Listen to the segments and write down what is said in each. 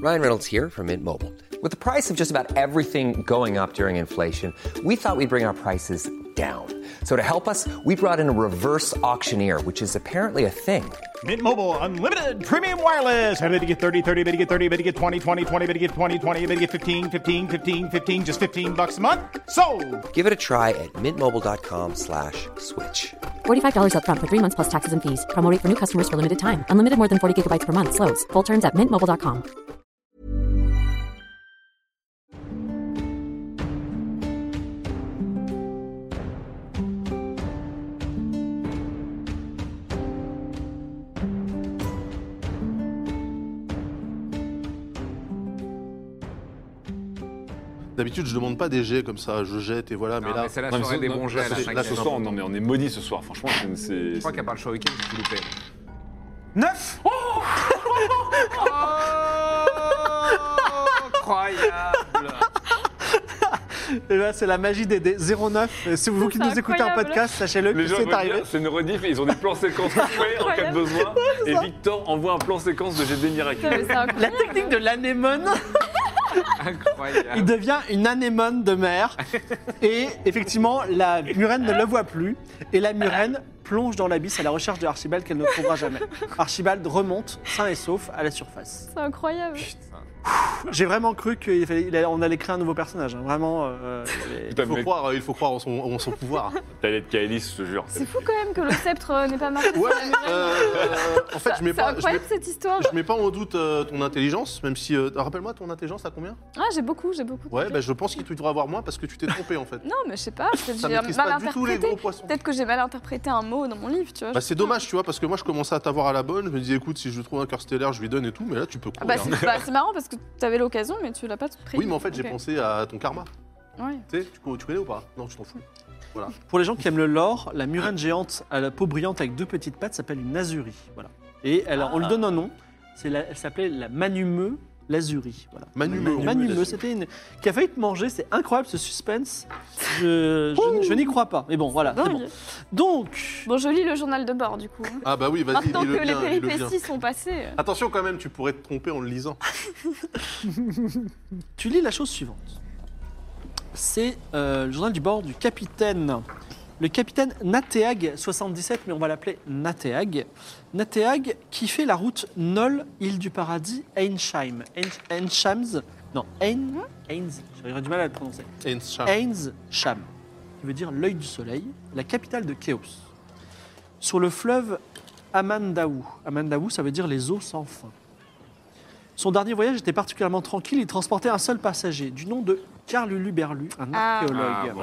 Ryan Reynolds here from Mint Mobile. With the price of just about everything going up during inflation, we thought we'd bring our prices down. So to help us, we brought in a reverse auctioneer, which is apparently a thing. Mint Mobile Unlimited Premium Wireless. How to get 30, 30, bit to get 30, bit to get 20, 20, 20, bit to get 20, 20, bit to get 15, 15, 15, 15, just $15 a month? Sold! Give it a try at mintmobile.com/switch. $45 up front for 3 months plus taxes and fees. Promo rate for new customers for limited time. Unlimited more than 40 gigabytes per month. Slows full terms at mintmobile.com. D'habitude, je demande pas des jets comme ça, je jette et voilà, mais là. Mais celle-là, j'aurais des bons jets à la Là, ce cinquième. soir, non, mais on est maudits ce soir, franchement. Je crois qu'à part le show week-end, j'ai tout loupé. 9. Incroyable. Et là, c'est la magie des 09. Et si vous qui nous écoutez en incroyable. podcast, sachez-le Les que gens c'est vont arrivé. dire, c'est une rediff et ils ont des plans séquences faits en cas de besoin. Et Victor envoie un plan séquence de GD miraculeux. Putain, mais c'est incroyable. La technique de l'anémone, il Incroyable. devient une anémone de mer. Et effectivement, la murène ne le voit plus. Et la murène plonge dans l'abysse à la recherche de Archibald qu'elle ne trouvera jamais. Archibald remonte, sain et sauf, à la surface. C'est incroyable. J'ai vraiment cru qu'on allait créer un nouveau personnage. Hein. Vraiment. Putain, mec, Il faut croire en son pouvoir. t'allais être Kaelis, je te jure. C'est fou quand même que le sceptre n'est pas marqué. Ouais, en fait, je mets C'est pas. incroyable cette histoire. Je mets pas en doute ton intelligence, même si. Rappelle-moi, ton intelligence, à combien? Ah, j'ai beaucoup. Ouais, bah, je pense qu'il devrait avoir moins parce que tu t'es trompé en fait. Non, mais je sais pas. Peut-être Ça j'ai maîtrise mal pas du tout les interprété. gros poissons. Peut-être que j'ai mal interprété un mot dans mon livre, tu vois. Bah, c'est dommage, tu vois, parce que moi je commençais à t'avoir à la bonne. Je me disais, écoute, si je trouve un cœur stellaire, je lui donne et tout, mais là tu peux Ah bah, courir. c'est marrant parce que t'avais l'occasion, mais tu l'as pas pris. Oui, mais en fait, j'ai Ok. pensé à ton karma. Ouais. Tu sais, tu connais ou pas? Non, tu t'en fous. Voilà. Pour les gens qui aiment le lore, la murène géante à la peau brillante avec 2 petites pattes s'appelle une azurie. Voilà. Et on lui donne un nom. Elle s'appelait la Manumeux l'azurie. Voilà. Manumeux. Manumeux, c'était une qui a failli te manger. C'est incroyable ce suspense. Je n'y crois pas. Mais bon, voilà. C'est Dingue. bon. Donc, Bon, je lis le journal de bord du coup. Ah bah oui, vas-y, Maintenant lis-le que les bien, lis-le bien. péripéties sont passées. Attention quand même, tu pourrais te tromper en le lisant. tu lis la chose suivante. C'est le journal du bord du capitaine. Le capitaine Nateag 77, mais on va l'appeler Nateag. Nateag qui fait la route Nol, île du paradis, Einsheim. Einshams. Non, j'aurais du mal à le prononcer. Einsham, qui veut dire l'œil du soleil, la capitale de Chaos. Sur le fleuve Amandaou. Amandaou, ça veut dire les eaux sans fin. Son dernier voyage était particulièrement tranquille. Il transportait un seul passager, du nom de Carl Luberlu, un archéologue.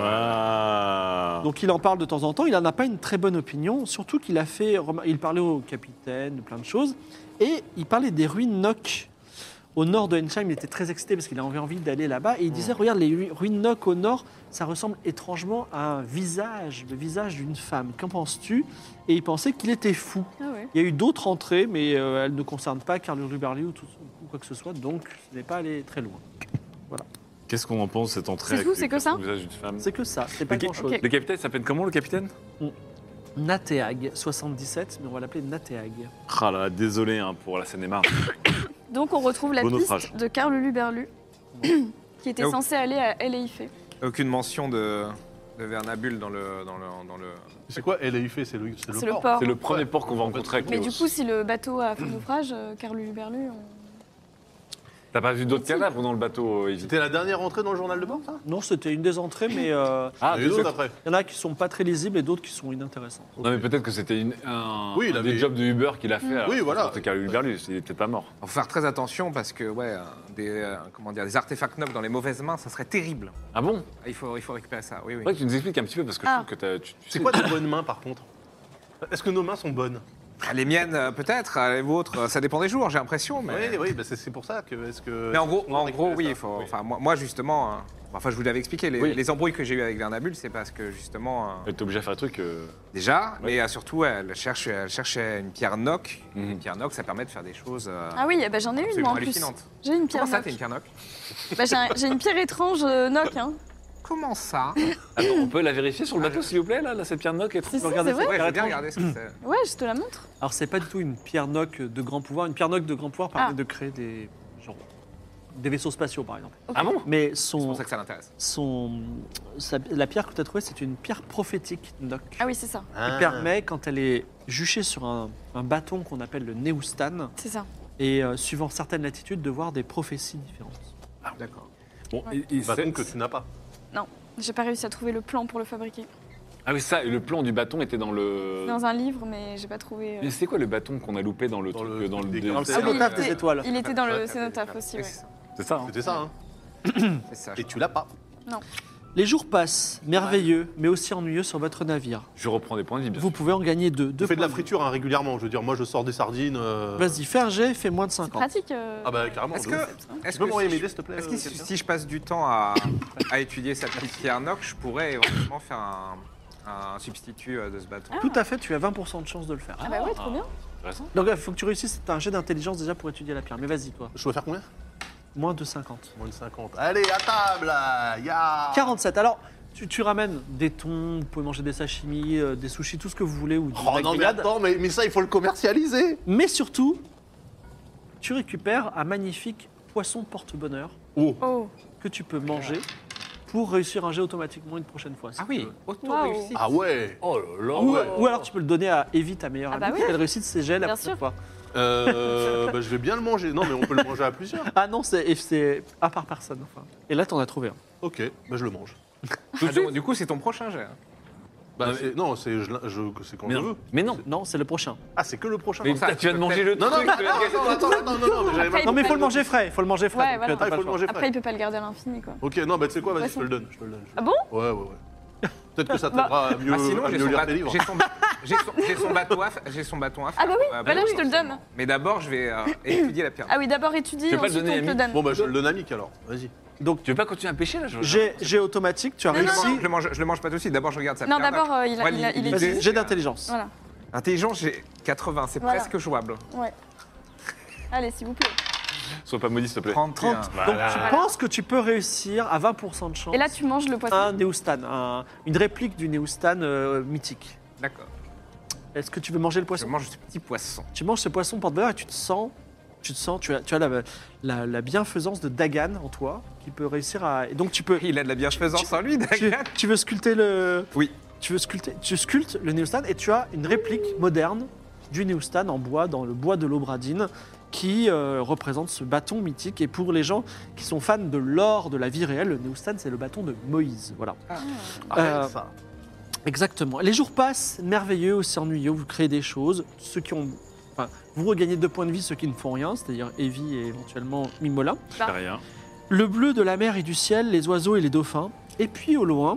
Donc il en parle de temps en temps. Il n'en a pas une très bonne opinion, surtout qu'il a fait. Il parlait au capitaine de plein de choses. Et il parlait des ruines Nock au nord de Ensheim. Il était très excité parce qu'il avait envie d'aller là-bas. Et il disait regarde, les ruines Nock au nord, ça ressemble étrangement à un visage, le visage d'une femme. Qu'en penses-tu? Et il pensait qu'il était fou. Ah ouais. Il y a eu d'autres entrées, mais elles ne concernent pas Carl Luberlu ou quoi que ce soit, donc ce n'est pas allé très loin. Voilà. Qu'est-ce qu'on en pense cette entrée C'est tout, c'est que ça le visage d'une femme. C'est que ça, c'est pas grand-chose. Ok. Le capitaine s'appelle comment, le capitaine? Nateag 77, mais on va l'appeler Nateag. Ah là, désolé hein, pour la Seine-et-Marne. Donc on retrouve la Bon piste naufrage. de Carl Luberlu, qui était Ah oui. censé aller à Eleifé. Aucune mention de Vernabule dans le. C'est quoi LAUF? C'est le C'est le port. port. C'est le premier port qu'on va rencontrer avec Mais Chaos. du coup, si le bateau a fait naufrage, Carl Luberlu, T'as pas vu d'autres cadavres dans le bateau, Evie? C'était la dernière entrée dans le journal de bord, ça? Non, c'était une des entrées, mais Ah, Il y a eu d'autres après. il y en a qui sont pas très lisibles et d'autres qui sont inintéressantes. Non, mais peut-être que c'était Oui, il un avait- des jobs de Uber qu'il a fait. alors Oui, voilà. C'était Carl Luberlu, il est peut-être pas mort. Il faut faire très attention parce que des artefacts nobles dans les mauvaises mains, ça serait terrible. Ah bon? Il faut récupérer ça. Oui, oui. Faudrait que tu nous expliques un petit peu parce que je Ah. trouve que tu C'est quoi tes bonnes mains par contre? Est-ce que nos mains sont bonnes? Les miennes, peut-être, les vôtres, ça dépend des jours, j'ai l'impression. Mais, Oui, bah c'est pour ça que. mais en gros, oui, il faut. Enfin, moi justement, enfin, je vous l'avais expliqué, Oui. les embrouilles que j'ai eues avec Vernabule, c'est parce que justement. Elle est obligée à faire un truc. Déjà, mais surtout, elle cherchait une pierre Nock. Mhm. Une pierre Nock, ça permet de faire des choses Ah oui, bah, j'en ai une absolument moi en plus. hallucinantes. J'ai une pierre Comment ça, Nock. t'es une pierre Nock Bah, j'ai une pierre étrange Nock. Hein. Comment ça Attends, on peut la vérifier sur le bateau, s'il vous plaît, là, cette pierre Nock? Si, si, Regardez c'est vrai. ça. Ouais, je veux bien étrange. regarder ce que c'est. Ouais, je te la montre. Alors c'est pas du tout une pierre Nock de grand pouvoir. Une pierre Nock de grand pouvoir permet de créer des genre des vaisseaux spatiaux, par exemple. Ah bon? Mais C'est pour ça que ça l'intéresse. la pierre que tu as trouvée, c'est une pierre prophétique, Noc. Ah oui, c'est ça. Qui permet, quand elle est juchée sur un bâton qu'on appelle le Neustan, C'est ça. et suivant certaines latitudes, de voir des prophéties différentes. D'accord. Bon, Ouais. Bâton que tu n'as pas. Non, j'ai pas réussi à trouver le plan pour le fabriquer. Ah oui, ça, et le plan du bâton était dans le. Dans un livre, mais j'ai pas trouvé. Mais c'est quoi le bâton qu'on a loupé dans le Dans truc, le dans truc le des dé- Dans le Ah oui, cénotaphe il des était- étoiles. Il était dans le Ouais. cénotaphe aussi, ouais. C'est ça, hein? C'était ça, hein. C'est ça. Et tu l'as pas. Les jours passent, merveilleux, mais aussi ennuyeux sur votre navire. Je reprends des points de vie, bien Vous pouvez en gagner 2. Tu fais de la friture hein, régulièrement. Je veux dire, moi, je sors des sardines. Vas-y, fais un jet, fais moins de C'est 50. pratique. Ah bah carrément. Est-ce de ouf. que, est-ce Tu peux que m'envoyer si m'aider, je- s'il te plaît est-ce que quelqu'un si je passe du temps à étudier cette petite pierre Noc, je pourrais éventuellement faire un substitut de ce bâton? Tout à fait, tu as 20% de chance de le faire. Ah bah ouais, trop bien. Intéressant. Donc il faut que tu réussisses, t'as un jet d'intelligence déjà pour étudier la pierre. Mais vas-y, toi, Je dois faire combien moins de 50. Moins de 50. Allez, à table là. Ya 47. Alors, tu ramènes des thons, vous pouvez manger des sashimi, des sushis, tout ce que vous voulez, ou des Oh non, mais grillades. attends, mais ça, il faut le commercialiser. Mais surtout, tu récupères un magnifique poisson porte-bonheur Oh, que tu peux manger pour réussir un jet automatiquement une prochaine fois. si Ah tu oui, veux. auto-réussite. Ah ouais. Oh là là. Ou alors tu peux le donner à Evie, ta meilleure Ah amie, bah oui. pour qu'elle réussisse ses jets la Bien prochaine sûr. fois. Bah, je vais bien le manger. Non, mais on peut le manger à plusieurs. Ah non, c'est à part personne. Enfin. Et là, t'en as trouvé un. Ok, bah je le mange. Ah, donc, du coup, c'est ton prochain jet. hein. Bah, Non, mais- non, c'est c'est quand Mais je non. veux. Mais non. Non, c'est le prochain. Ah, c'est que le prochain. Mais non, ça, tu viens de manger le non, truc. non, de la gazette. attends, non, mais j'avais Après, mal Non, mais il faut compris. le manger frais. Il faut le manger frais. Ouais, donc, voilà. t'as Ah, il pas faut le le manger Après, frais. il peut pas le garder à l'infini, quoi. Ok, non, bah tu sais quoi, vas-y, Poisson. je te le donne. Je te le donne. Ah bon Ouais. Peut-être que ça t'aidera à mieux, Ah, sinon, à j'ai mieux son, lire ba- tes livres. j'ai son bateau à faire. Ah bah oui, bah là, je te le donne. Mais d'abord, je vais étudier la pierre. Ah oui, d'abord étudier, Tu veux pas le ensuite donner on à te le Mick donne. Bon, bah je le donne à Mick alors. Vas-y. Donc, Tu veux pas continuer à pêcher là? jet automatique, tu as Non, non, réussi. non. Je le mange pas tout de suite. D'abord, je regarde sa Non, pierre. d'abord, il Ouais, est l'idée, Vas-y, dit. jet d'intelligence. Voilà. Intelligence, j'ai 80. C'est Voilà. presque jouable. Ouais. Allez, s'il vous plaît. Sois pas maudit, s'il te plaît. 31. 30. Donc, tu penses que tu peux réussir à 20% de chance Et là, tu manges le poisson. un Neustan, une réplique du Neustan mythique. D'accord. Est-ce que tu veux manger le Je poisson? mange ce petit poisson. Tu manges ce poisson porte-bonheur et tu as la bienfaisance de Dagan en toi qui peut réussir à. Et donc tu peux. Il a de la bienfaisance en lui, Tu, Dagan. tu veux sculpter le. Oui. Tu sculptes le Neustan et tu as une réplique moderne du Neustan en bois, dans le bois de l'Obradine, qui représente ce bâton mythique. Et pour les gens qui sont fans de l'or de la vie réelle, le Neustan, c'est le bâton de Moïse. Voilà. Arrête ça. Exactement. Les jours passent, merveilleux, aussi ennuyeux, vous créez des choses. Ceux qui ont. Enfin, vous regagnez 2 points de vie, ceux qui ne font rien, c'est-à-dire Evie et éventuellement Mimola. Je fais rien. Le bleu de la mer et du ciel, les oiseaux et les dauphins. Et puis au loin,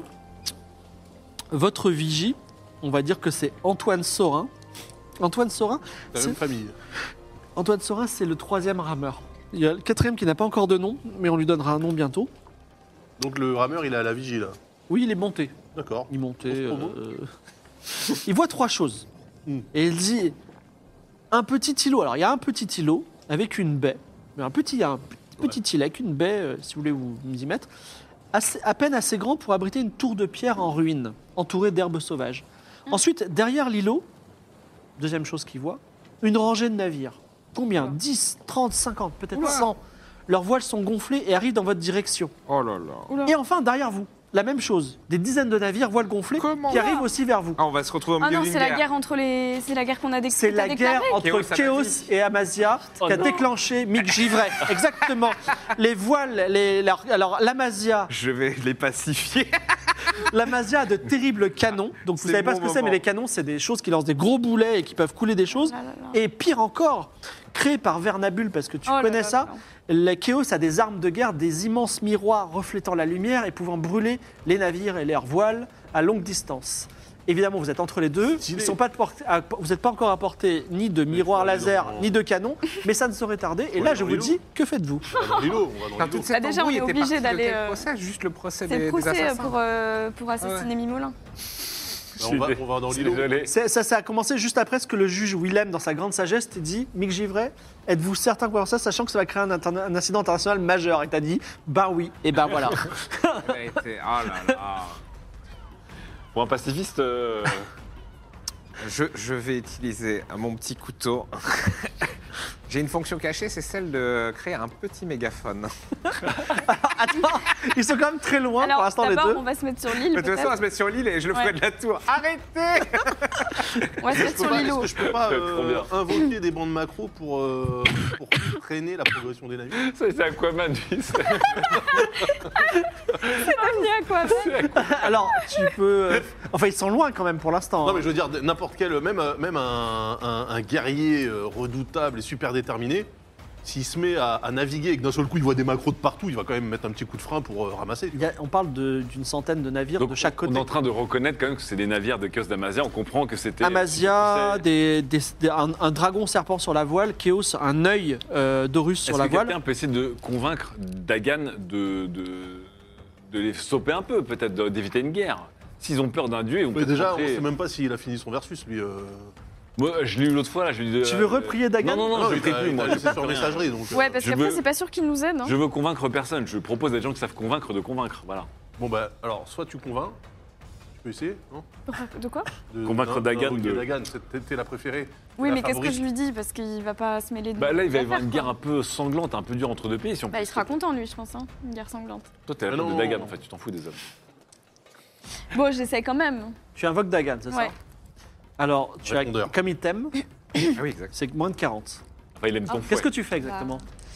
votre vigie, on va dire que c'est Antoine Sorin. Antoine Sorin, C'est la c'est- même famille. Antoine Sorin, c'est le 3e rameur. Il y a le 4e qui n'a pas encore de nom, mais on lui donnera un nom bientôt. Donc le rameur, il est à la vigie là. Oui, il est monté. D'accord. Il montait. On se promeut Il voit 3 choses. Et il dit un petit îlot. Alors il y a un petit îlot avec une baie, mais un petit îlet avec une baie, si vous voulez vous y mettre, à peine assez grand pour abriter une tour de pierre en ruine, entourée d'herbes sauvages. Ensuite, derrière l'îlot, deuxième chose qu'il voit, une rangée de navires. Combien 10, 30, 50, peut-être 100. Leurs voiles sont gonflées et arrivent dans votre direction. Oh là là. Oula. Et enfin, derrière vous, la même chose. Des dizaines de navires, voiles gonflées, Comment qui arrivent aussi vers vous. Ah, on va se retrouver au Ah milieu non, d'une c'est la guerre entre les. C'est la guerre qu'on a C'est la guerre entre Chaos Chaos Amazia. et Amazia qui a déclenché Mick Givray. Exactement. Les voiles, alors l'Amazia, Je vais les pacifier. l'Amazia a de terribles canons. Donc vous C'est savez pas mon ce que c'est, moment. mais les canons, c'est des choses qui lancent des gros boulets et qui peuvent couler des choses. là là là. Et pire encore, créé par Vernabule, parce que tu Oh là connais là ça, là la Chaos a des armes de guerre, des immenses miroirs reflétant la lumière et pouvant brûler les navires et leurs voiles à longue distance. Évidemment, vous êtes entre les deux. Stylé. Vous n'êtes pas encore à portée ni de miroir laser, non. ni de canon, mais ça ne saurait tarder. Et Ouais, là, je dans vous l'îlot. dis, que faites-vous? On va dans l'îlot, on va dans Enfin, l'îlot. toute cette déjà, on embrouille est était obligé partie de d'aller, quel procès Juste le procès C'est des le procès assassins. pour assassiner Mimolin. Bah, on va dans l'îlot. Désolé. Ça a commencé juste après ce que le juge Willem, dans sa grande sagesse, t'a dit, Mick Givray, êtes-vous certain que ça, sachant que ça va créer un incident international majeur? Et t'as dit, ben oui, et ben voilà. La vérité. Oh là là. Pour un pacifiste, Je vais utiliser mon petit couteau. J'ai une fonction cachée, c'est celle de créer un petit mégaphone. Attends, ils sont quand même très loin pour Alors, l'instant les d'abord, deux. on va se mettre sur l'île. De toute façon, on va peut-être. se mettre sur l'île et je le ferai Ouais. de la tour. Arrêtez. On va se mettre sur Est-ce l'îlot. que je peux pas Trop bien. invoquer des bandes macro pour freiner la progression des navires? Ça, c'est Aquaman, lui. c'est- Bienvenue à quoi Alors, tu peux. Enfin, ils sont loin quand même pour l'instant. Non hein. mais je veux dire, n'importe quel, même un guerrier redoutable et super déterminé, s'il se met à naviguer et que d'un seul coup il voit des macros de partout, il va quand même mettre un petit coup de frein pour ramasser. On parle d'une centaine de navires Donc, de chaque côté. on est en train de reconnaître quand même que c'est des navires de Chaos d'Amazia. On comprend que c'était. Amasia, c'est- un dragon serpent sur la voile, Chaos, un œil d'Horus sur Est-ce la que voile. quelqu'un peut essayer de convaincre Dagan de les stopper un peu, peut-être d'éviter une guerre? S'ils ont peur d'un dieu, ils vont Mais peut-être déjà, on rentrer- sait même pas s'il a fini son versus, lui. Moi, je l'ai eu l'autre fois, là. Je lui ai dit, Tu veux reprier Dagan? Non, Non, je il prie t'a plus, moi. je laissé prie sur rien. messagerie, donc. Ouais, parce Je qu'aprez, veux- c'est pas sûr qu'ils nous aident. Hein. Je veux convaincre personne. Je propose à des gens qui savent convaincre de convaincre. Voilà. Bon bah, alors, soit tu convaincs, tu peux essayer, non De quoi Convaincre Dagan d'invoquer de- Dagan, t'es la préférée. Oui, la mais qu'est-ce que favorite. je lui dis? Parce qu'il va pas se mêler de. Bah là, il va y avoir affaires, une guerre quoi. un peu sanglante, un peu dure entre deux pays. Si on Bah, il sera content, lui, je pense. Hein. Une guerre sanglante. Toi, t'es la Mais place de non. Dagan, en fait. Tu t'en fous des hommes. Bon, j'essaie quand même. Tu invoques Dagan, c'est Ouais. ça? Alors, tu as, Répondeur. comme il t'aime, Ah oui, exact. c'est moins de 40. Enfin, il aime ton fouet. Qu'est-ce que tu fais exactement?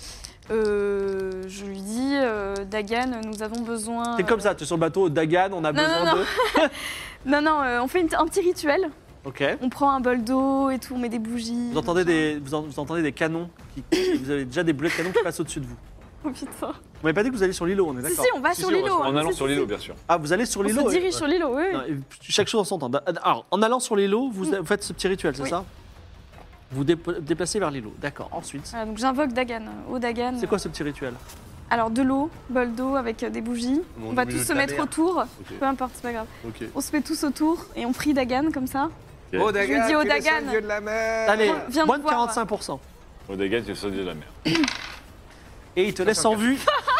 Je lui dis, Dagan, nous avons besoin. T'es comme ça, tu es sur le bateau, Dagan, on a Non, besoin non, de. Non, on fait un petit rituel. Ok. On prend un bol d'eau et tout, on met des bougies. Vous entendez vous entendez des canons, vous avez déjà des boulets de canon qui passent au-dessus de vous. Oh putain. Vous m'avez pas dit que vous allez sur l'îlot, on est Si, d'accord? si, on va Si, sur si, on va l'îlot. En allant Si, sur si, l'îlot, si. bien sûr. Ah, vous allez sur On l'îlot? se dirige sur l'îlot, oui. Non, chaque chose en son temps. Alors, en allant sur l'îlot, vous faites ce petit rituel, c'est Oui. ça? Vous déplacez vers l'îlot, d'accord. Ensuite, Voilà, donc j'invoque Dagan. Au Dagan. c'est quoi ce petit rituel? Alors de l'eau, bol d'eau avec des bougies. Au On va milieu tous de se la mettre mer. autour. Ok, Peu importe, c'est pas grave. ok. On se met tous autour et on prie Dagan comme ça. Ok. Oh, Dagan, Je lui dis au tu es le seul Dagan. dieu de la mer. Allez, viens me moins de voir. 45%. Au Dagan, tu es le seul dieu de la mer. Et il te laisse en vue.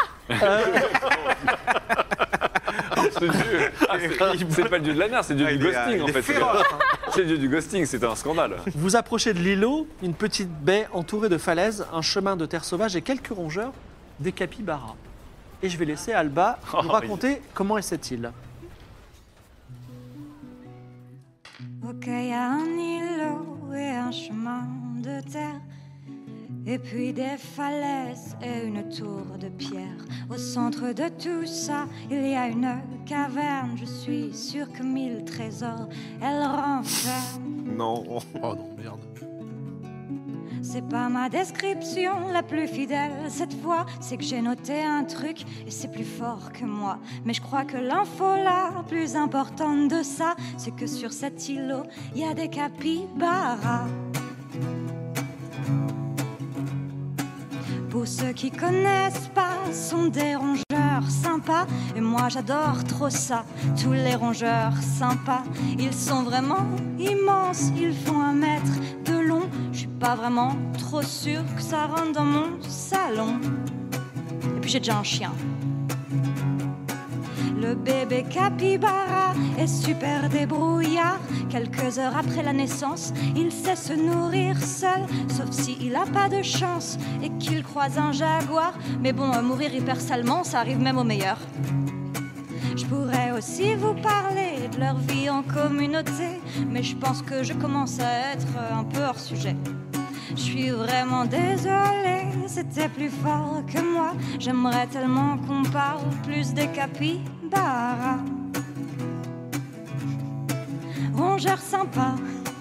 Ce dieu. Ah, c'est pas le dieu de la mer, c'est le dieu Ah, du il est- ghosting, en il est fait. féroce, C'est le dieu du ghosting, c'est un scandale. Vous approchez de l'îlot, une petite baie entourée de falaises, un chemin de terre sauvage et quelques rongeurs, des capybaras. Et je vais laisser Alba Oh, nous raconter comment est cette île. Ok, y a un îlot et un chemin de terre. Et puis des falaises et une tour de pierre. Au centre de tout ça, il y a une caverne. Je suis sûre que 1000 trésors, elle renferme. Non. Oh non, merde. C'est pas ma description la plus fidèle cette fois. C'est que j'ai noté un truc et c'est plus fort que moi. Mais je crois que l'info la plus importante de ça, c'est que sur cet îlot, il y a des capybaras. Pour ceux qui connaissent pas, sont des rongeurs sympas. Et moi j'adore trop ça, tous les rongeurs sympas. Ils sont vraiment immenses, ils font 1 mètre de long. Je suis pas vraiment trop sûre que ça rentre dans mon salon. Et puis j'ai déjà un chien. Le bébé capybara est super débrouillard. Quelques heures après la naissance, il sait se nourrir seul. Sauf s'il a pas de chance et qu'il croise un jaguar. Mais bon, mourir hyper salement, ça arrive même aux meilleurs. Je pourrais aussi vous parler de leur vie en communauté, mais je pense que je commence à être un peu hors sujet. Je suis vraiment désolée, c'était plus fort que moi. J'aimerais tellement qu'on parle plus des capybaras. Rongeurs sympas,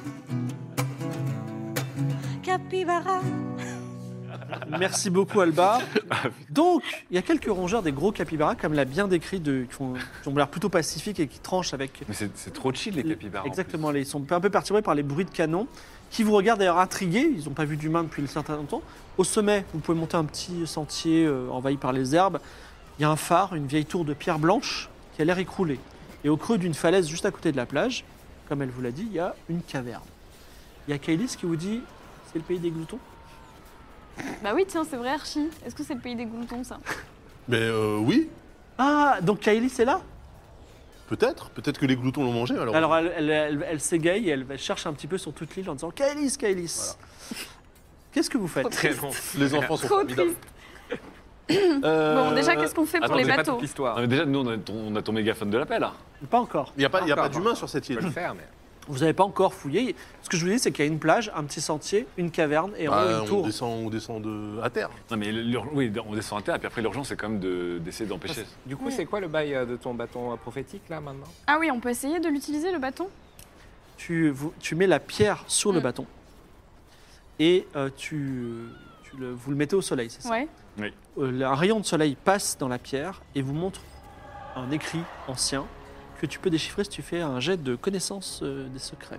capybara. Merci beaucoup Alba. Donc, il y a quelques rongeurs des gros capybaras, comme l'a bien décrit, qui ont l'air plutôt pacifiques et qui tranchent avec... Mais c'est trop chill, les capybaras. en Exactement, ils sont un peu perturbés par les bruits de canon, qui vous regardent d'ailleurs intrigués, ils n'ont pas vu d'humains depuis un certain temps. Au sommet, vous pouvez monter un petit sentier envahi par les herbes. Il y a un phare, une vieille tour de pierre blanche qui a l'air écroulée. Et au creux d'une falaise juste à côté de la plage, comme elle vous l'a dit, il y a une caverne. Il y a Kailis qui vous dit, c'est le pays des gloutons? Bah oui, tiens, c'est vrai, Archie. Est-ce que c'est le pays des gloutons, ça? Mais oui, Ah, donc Kailis est là? peut-être. Peut-être que les gloutons l'ont mangé alors. Alors elle s'égaye et elle cherche un petit peu sur toute l'île en disant Kailis, Kailis. Qu'est-ce que vous faites? Très long. Les enfants sont Trop formidables. triste. Bon, déjà, qu'est-ce qu'on fait pour attends, les j'ai pas bateaux Toute l'histoire. Non, mais déjà, nous, on a ton mégaphone de l'appel, là. Pas encore. Il n'y a pas Encore, d'humain sur cette Je île. peux le faire, mais. Vous n'avez pas encore fouillé. Ce que je vous dis, c'est qu'il y a une plage, un petit sentier, une caverne et en haut une On tour. descend à terre. Non, mais oui, on descend à terre, et puis après, l'urgence, c'est quand même d'essayer d'empêcher. Du coup, c'est quoi le bail de ton bâton prophétique, là, maintenant? Ah oui, on peut essayer de l'utiliser, le bâton? Tu mets la pierre sur le Mm. bâton et vous le mettez au soleil, c'est ça? Ouais. Un rayon de soleil passe dans la pierre et vous montre un écrit ancien que tu peux déchiffrer si tu fais un jet de connaissance des secrets.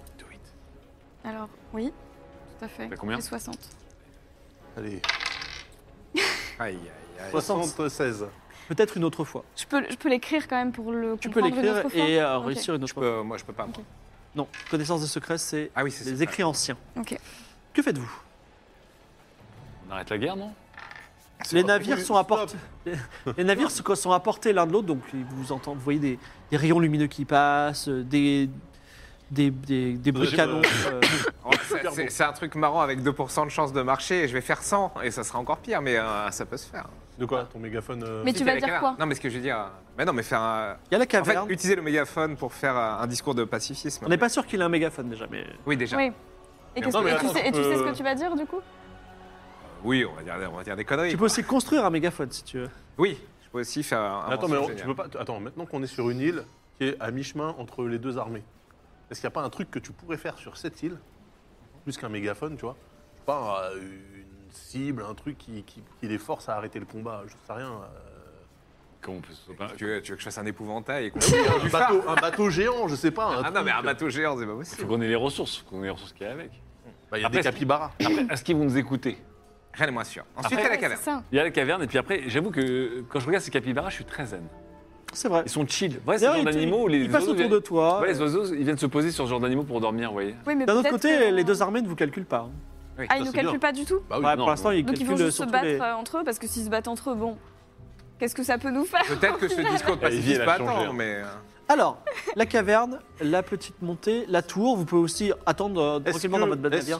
Alors, oui, tout à fait. T'as combien? J'ai 60. Allez, Aïe, aïe, aïe. 76. Peut-être une autre fois. Je peux l'écrire quand même pour le Tu peux comprendre une l'écrire autre fois et Ok. réussir une autre fois. Moi, je peux pas. moi. Ok. Non, connaissance des secrets, c'est Ah oui, c'est les ça. écrits anciens. Ok. Que faites-vous? On arrête la guerre, non? Les navires sont à Stop. portée. Les navires sont à portée l'un de l'autre, donc vous voyez des rayons lumineux qui passent, des bruits de canons. Oh, c'est un truc marrant avec 2% de chance de marcher. Et je vais faire 100 et ça sera encore pire, mais ça peut se faire. De quoi? Ton mégaphone Mais tu Utiliser vas la dire caverne. quoi? Non, mais ce que je veux dire. Mais non, mais faire un. Il y a la En fait, caverne. utiliser le mégaphone pour faire un discours de pacifisme. On n'est pas sûr qu'il ait un mégaphone déjà, mais Oui, déjà. Oui. Et, Non, mais attends, tu sais ce que tu vas dire, du coup? Oui, on va dire des conneries. tu peux aussi construire un mégaphone si tu veux. Oui, je peux aussi faire un. Attends, mais mensonge tu génial. peux pas. Attends, maintenant qu'on est sur une île qui est à mi-chemin entre les deux armées, est-ce qu'il n'y a pas un truc que tu pourrais faire sur cette île, plus qu'un mégaphone, tu vois? Je sais pas, une cible, un truc qui les force à arrêter le combat, je sais rien. Comment on peut se Tu veux que je fasse un épouvantail et qu'on Un bateau géant, je sais pas. Ah non, mais un bateau géant, c'est pas Il possible. faut qu'on ait les ressources, qu'il y a avec. Bah, il y a Après, des capybaras. Après, est-ce qu'ils vont nous écouter? Rien n'est moins sûr. Ensuite, il y a Après- la Ouais, caverne. c'est ça. Il y a la caverne, et puis après, j'avoue que quand je regarde ces capybaras, je suis très zen. C'est vrai. Ils sont chill. Ouais, c'est le D'ailleurs, genre d'animaux où les ils passent oiseaux autour viennent- de toi. Ouais, les oiseaux, ils viennent se poser sur ce genre d'animaux pour dormir, vous voyez. Oui, mais D'un autre peut-être côté, que- les deux armées ne vous calculent pas. Ah, ils Ça, nous c'est calculent bien. pas du tout? Bah oui, Ouais, non, pour l'instant, ils Donc ils vont calculent juste se surtout battre les... entre eux, parce que s'ils se battent entre eux, bon, qu'est-ce que ça peut nous faire? Peut-être que ce discours de La vie, pacifisme elle a pas changé, tant, hein. mais. Alors, la caverne, la petite montée, la tour, vous pouvez aussi attendre Est-ce tranquillement dans votre que, navire.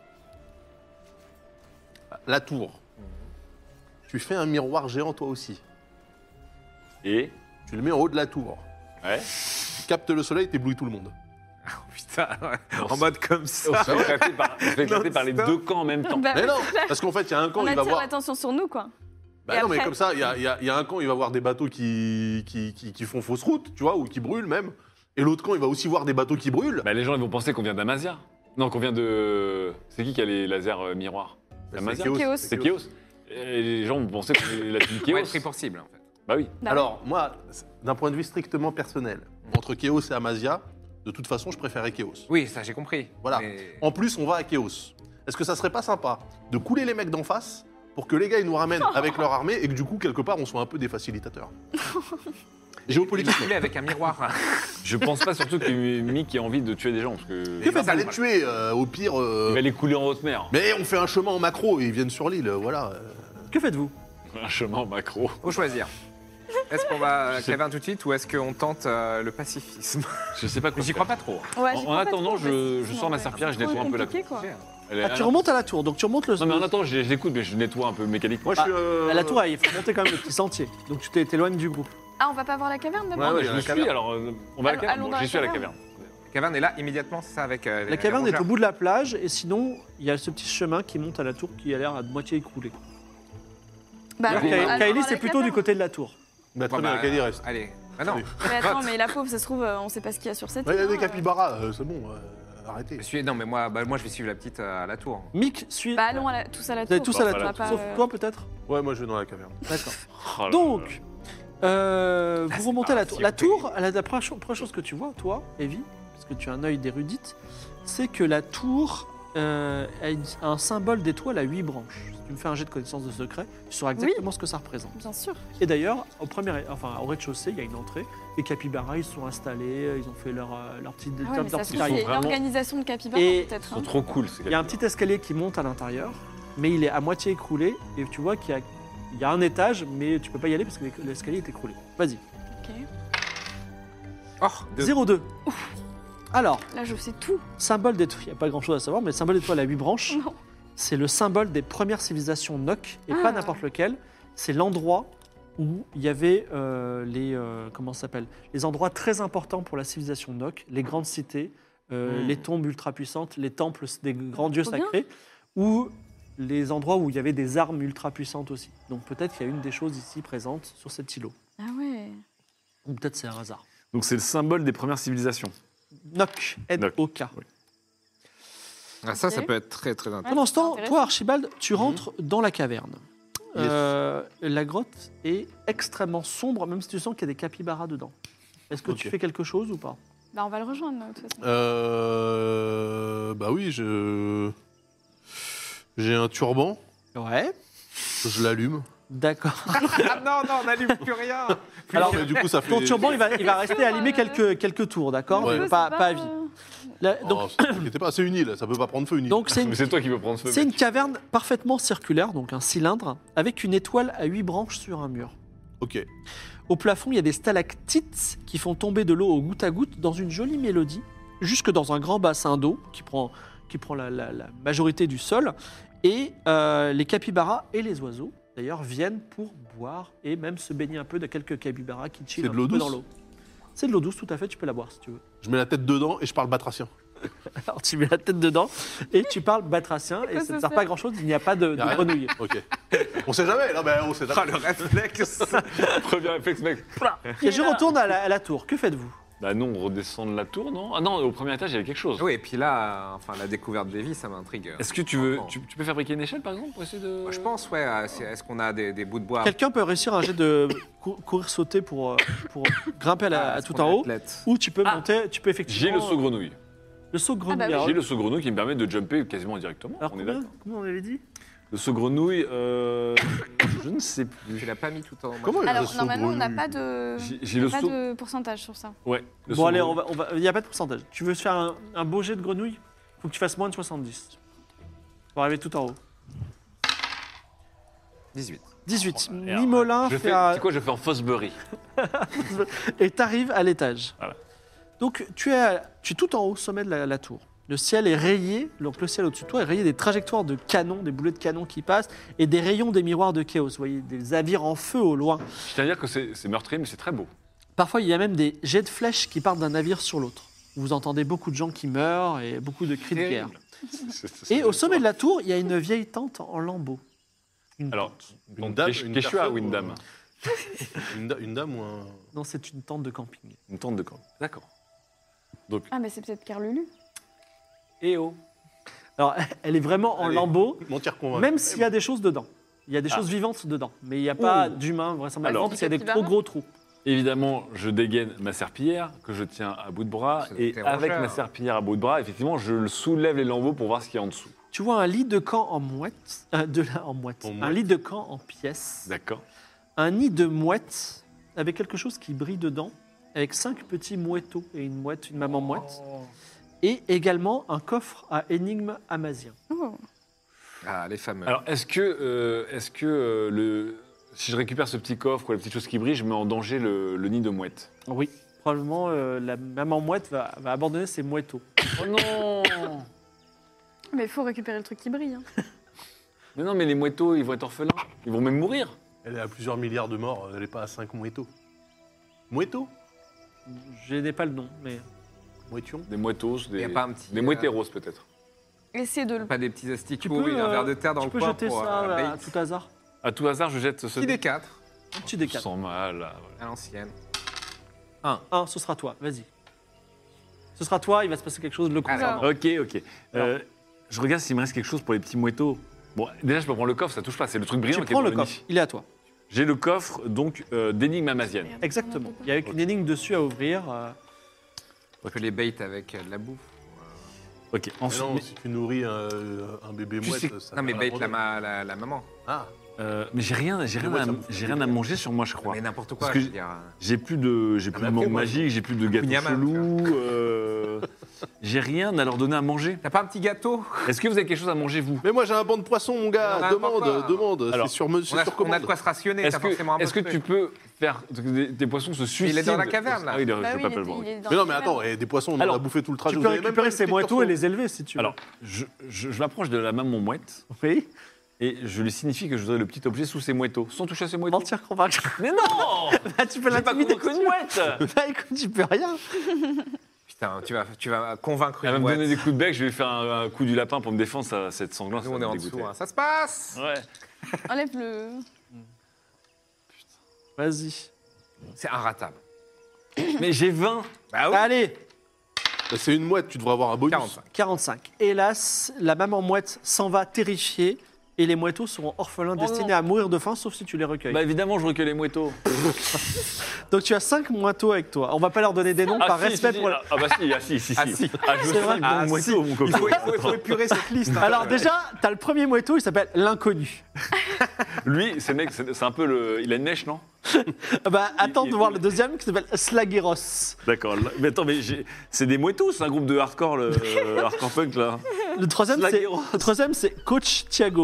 la tour, tu fais un miroir géant toi aussi, Et tu le mets en haut de la tour, ouais. tu captes le soleil, t'éblouis tout le monde. Putain, ouais. En mode comme On ça. se fait éclater par les Non-stop. deux camps en même temps. Bah, Mais non, parce qu'en fait, il y a un camp, on il va attire voir. l'attention sur nous, quoi. Bah Et non, mais après comme ça, il y a un camp, il va voir des bateaux qui font fausse route, tu vois, ou qui brûlent même. Et l'autre camp, il va aussi voir des bateaux qui brûlent. Bah, les gens ils vont penser qu'on vient d'Amazia. Non, qu'on vient de. C'est qui a les lasers miroirs? Bah, Amazia. Chaos. C'est Chaos. Et les gens vont penser que c'est la team Pour Chaos. être pris pour cible, en fait. Bah oui. Bah, Alors, moi, d'un point de vue strictement personnel, entre Chaos et Amazia, de toute façon, je préférais Chaos. Oui, ça j'ai compris. Voilà. Mais- En plus, on va à Chaos. Est-ce que ça serait pas sympa de couler les mecs d'en face pour que les gars ils nous ramènent avec leur armée et que du coup, quelque part, on soit un peu des facilitateurs? Il Géopolitique. est avec un miroir. Je pense pas surtout que Mick ait envie de tuer des gens parce que. Que ça les tuer, au pire. Il va les couler en haute mer. Mais on fait un chemin en macro et ils viennent sur l'île, voilà. Que faites-vous? Un chemin en macro. Faut choisir. Est-ce qu'on va à la Je sais- caverne tout de suite ou est-ce qu'on tente le pacifisme? Je sais pas quoi. Mais j'y faire. crois pas trop. Ouais, En j'y crois pas attendant, trop, je parce que sors ma sinon, serpillère et je c'est nettoie trop un peu la compliqué, quoi. Elle est- Ah, tu remontes à la tour, donc tu remontes le... Non mais en attendant, je les écoute, mais je nettoie un peu mécaniquement. Moi, je suis. La tour, il faut monter quand même le petit sentier, donc tu t'éloignes du groupe. Ah, on va pas voir la caverne d'abord? Ouais, Je il y a le la suis, caverne. alors on va à la Allons caverne. dans Bon, la j'y suis à la caverne. caverne. La caverne est là immédiatement, c'est ça avec. La caverne est au bout de la plage, et sinon, il y a ce petit chemin qui monte à la tour qui a l'air à moitié écroulé. Bah, D'ailleurs, allons voir Kylie, la c'est plutôt caverne. du côté de la tour. Bah, très bien, Kylie reste. Allez. Bah non. Mais attends, mais la pauvre, ça se trouve, on sait pas ce qu'il y a sur cette Ouais, il y a île, des hein. capybaras, c'est bon, arrêtez. Non, mais moi je vais suivre la petite à la tour. Mick suit. Bah, allons tous à la Vous tour. allez tous à la Bon, tour, voilà, sauf toi peut-être. Ouais, moi je vais dans la caverne. D'accord. Oh là Donc, vous remontez à la parti, tour. La ok. tour, la première chose que tu vois, toi, Evie, parce que tu as un œil d'érudite, c'est que la tour a un symbole d'étoile à 8 branches. Si tu me fais un jet de connaissance de secret, tu sauras exactement ce que ça représente. Bien sûr. Et d'ailleurs, au rez-de-chaussée, il y a une entrée. Les capybaras, ils sont installés, ils ont fait leur petit Ah ouais, mais ça se trouve, petit il y a arrière. une vraiment- organisation de capybaras, Et- peut-être. Ils hein. sont trop cool ces Il y a un petit escalier qui monte à l'intérieur, mais il est à moitié écroulé. Et tu vois qu'il y a un étage, mais tu peux pas y aller parce que l'escalier est écroulé. Vas-y. Ok. Oh, deux. 0,2. Alors, Là, je sais tout. symbole d'étoile, il n'y a pas grand-chose à savoir, mais symbole d'étoile à 8 branches. Non. c'est le symbole des premières civilisations Noc, et pas n'importe lequel. C'est l'endroit où il y avait comment ça s'appelle, les endroits très importants pour la civilisation Noc, les grandes cités, les tombes ultra puissantes, les temples des grands dieux Trop bien. sacrés, ou les endroits où il y avait des armes ultra puissantes aussi. Donc peut-être qu'il y a une des choses ici présentes sur cet îlot. Ah ouais. Ou peut-être c'est un hasard. Donc c'est le symbole des premières civilisations. Noc, N-O-K. Oui. Ah, ça Ok. peut être très très intéressant. Pendant ce temps, intéressant. toi Archibald, tu rentres dans la caverne. La grotte est extrêmement sombre, même si tu sens qu'il y a des capybaras dedans. Est-ce que tu Ok. fais quelque chose ou pas? Bah, on va le rejoindre, de toute façon. Bah oui, j'ai un turban, Ouais, je l'allume. d'accord. Ah non, on n'allume plus rien. Alors, mais du coup, ça fait. ton turban, il va rester allumé quelques tours, d'accord? Ouais. Mais C'est pas à vie. Là, Donc, t'inquiète pas, c'est une île, ça peut pas prendre feu une île. donc c'est une, Mais c'est toi qui veux prendre feu. c'est une mec. caverne parfaitement circulaire, donc un cylindre, avec une étoile à 8 branches sur un mur. Ok. Au plafond, il y a des stalactites qui font tomber de l'eau au goutte à goutte dans une jolie mélodie, jusque dans un grand bassin d'eau qui prend la majorité du sol. Et les capybaras et les oiseaux, d'ailleurs, viennent pour boire et même se baigner un peu de quelques capybaras qui chillent C'est un de l'eau peu douce dans l'eau. C'est de l'eau douce, tout à fait, tu peux la boire si tu veux. Je mets la tête dedans et je parle batracien. Alors tu mets la tête dedans et tu parles batracien et quoi ça ne ça sert pas à grand-chose, il n'y a pas de Y a rien. grenouille. Ok. On sait jamais, non, ben on sait Ah, jamais. le réflexe. Premier réflexe, mec. Et je retourne à la tour, que faites-vous? Bah non, on redescend de la tour, non? Ah non, au premier étage, il y avait quelque chose. Oui, et puis là, enfin, la découverte de Lévi, ça m'intrigue. Est-ce que tu veux, Franchement. tu peux fabriquer une échelle, par exemple, pour essayer de... Moi, je pense, ouais. Est-ce qu'on a des bouts de bois Quelqu'un peut réussir un jet de courir-sauter pour grimper à Est-ce tout qu'on en est haut, athlète ou tu peux monter, tu peux effectivement... J'ai le saut grenouille. Le saut grenouille. Ah bah oui. alors, J'ai le saut grenouille qui me permet de jumper quasiment directement. alors on est combien, d'accord. combien on avait dit? Le saut grenouille, je ne sais Tu plus. l'as pas mis tout en. Comment il y a le Alors, saut normalement, on n'a grenouille pas de... J'ai le pas saut. de pourcentage sur ça. Ouais. Le Bon saut allez, grenouille. il n'y a pas de pourcentage. Tu veux faire un beau jet de grenouille? Faut que tu fasses moins de 70. Pour arriver tout en haut. 18. 18. Oh, merde. Mimolin Je fait fais, un... c'est quoi, je fais en Fosbury. Et tu arrives à l'étage. Voilà. Donc tu es tout en haut, au sommet de la tour. Le ciel est rayé, donc le ciel au-dessus de toi est rayé des trajectoires de canons, des boulets de canon qui passent, et des rayons des miroirs de chaos. Vous voyez des navires en feu au loin. Je tiens à dire que c'est meurtrier, mais c'est très beau. Parfois, il y a même des jets de flèches qui partent d'un navire sur l'autre. Vous entendez beaucoup de gens qui meurent et beaucoup de cris de guerre. Et au sommet de la tour, il y a une vieille tente en lambeaux. Une Alors, tente. Une dame, Quechua une Quechua personne ou une dame? Une dame ou un. Non, c'est une tente de camping. Une tente de camp. D'accord. Ah, mais c'est peut-être Carlulu. Et oh. Alors, elle est vraiment en Allez. lambeaux, Mentir convaincre. même s'il y a des choses dedans. Il y a des choses vivantes dedans, mais il n'y a pas d'humains vraisemblablement Alors, parce qu'il y a des capybara. trop gros trous. Évidemment, je dégaine ma serpillière que je tiens à bout de bras C'est et des avec rongeurs. ma serpillière à bout de bras, effectivement, je soulève les lambeaux pour voir ce qu'il y a en dessous. Tu vois un lit de camp en mouette, un mouette. lit de camp en pièces, D'accord. un nid de mouette avec quelque chose qui brille dedans, avec 5 petits mouettos et une mouette, une maman mouette, et également un coffre à énigmes amaziens. Oh. Ah, les fameux. Alors, est-ce que si je récupère ce petit coffre ou la petite chose qui brille, je mets en danger le nid de mouette? Oui, probablement la maman mouette va abandonner ses mouettos. Oh non! Mais il faut récupérer le truc qui brille. Hein. Mais non, mais les mouettos, ils vont être orphelins. Ils vont même mourir. Elle est à plusieurs milliards de morts, elle n'est pas à 5 mouettos. Mouettos Je n'ai pas le nom, mais Mouettions Des mouettos, Y a pas un petit, des mouetteros peut-être. Essaie de le... Pas des petits tu asticots peux, et un verre de terre dans tu le peux coin jeter pour ça à bait. tout hasard. À tout hasard, je jette ce Petit des 4 Un petit des Je 4. sens mal, là. à l'ancienne. Un, ce sera toi, vas-y. Ce sera toi, il va se passer quelque chose de le concernant. Ok, ok. Je regarde s'il me reste quelque chose pour les petits mouettos. Bon, déjà, je peux prendre le coffre, ça touche pas. C'est le truc brillant Tu qui est prends dans le nid. coffre, il est à toi. J'ai le coffre, donc, d'énigmes amaziennes. Exactement. Il y a une énigme dessus à ouvrir. On peut les bait avec de la bouffe. Ok, Mais ensuite. non, si tu nourris un bébé Tu sais- mouette, ça Non, mais va bait l'abandonner. la maman. Ah, mais j'ai rien, Ouais, ça me fait à manger sur moi, je crois. Mais n'importe quoi, Parce que je veux dire. J'ai plus de mais mangue après, moi, magique, j'ai plus de gâteau Kouign-Amann, chelou. j'ai rien à leur donner à manger. T'as pas un petit gâteau? Est-ce que vous avez quelque chose à manger, vous? Mais moi j'ai un banc de poissons, mon gars. On a n'importe quoi. Demande. Alors, C'est sur On a commande. de quoi se rationner, Est-ce t'as forcément un peu que de tu truc. peux faire que des poissons se suicident? Il est dans la caverne, là. Ah oui, Bah je oui, peux pas le voir. il est dans Mais non, la mais caverne. attends, des poissons, on en Alors, a bouffé tout le trajet. Tu Vous peux avez même récupérer pas ces une moitos et petite les élever si tu veux. Alors, je m'approche de la maman mouette oui. et je lui signifie que je voudrais le petit objet sous ses moitos, sans toucher à ses moitos. Mentir, convaincre. Mais non! Bah, tu peux J'ai pas l'intimider. convaincu une mouette! Bah écoute, tu peux rien. Putain, tu vas convaincre Elle va une me donner des mouette. coups de bec, je vais lui faire un coup du lapin pour me défendre, cette sanglante. Nous, on est en dessous, hein. Ça se passe. Ouais. Enlève le. Vas-y. C'est inratable. Mais j'ai 20! Bah oui. Allez, Bah, c'est une mouette, tu devrais avoir un bonus. 45. 45. Hélas, la maman mouette s'en va terrifiée et les moitos seront orphelins destinés à mourir de faim, sauf si tu les recueilles. Bah évidemment, je recueille les moitos. Donc tu as 5 moitos avec toi. On va pas leur donner des noms par si, respect si, pour... Ah bah si, si. Ah, si. Ah, je veux C'est vrai. 5 bons moitos, mon copain. Il faut épurer cette liste. hein. Alors déjà, tu as le premier moito, il s'appelle l'inconnu. Lui, c'est mec, c'est un peu le... Il a une mèche, non? Bah attends de voir le deuxième qui s'appelle Slagueros. D'accord. Mais attends, mais c'est des moitos, c'est un groupe de hardcore, le hardcore punk, là. Le troisième, c'est Coach Thiago.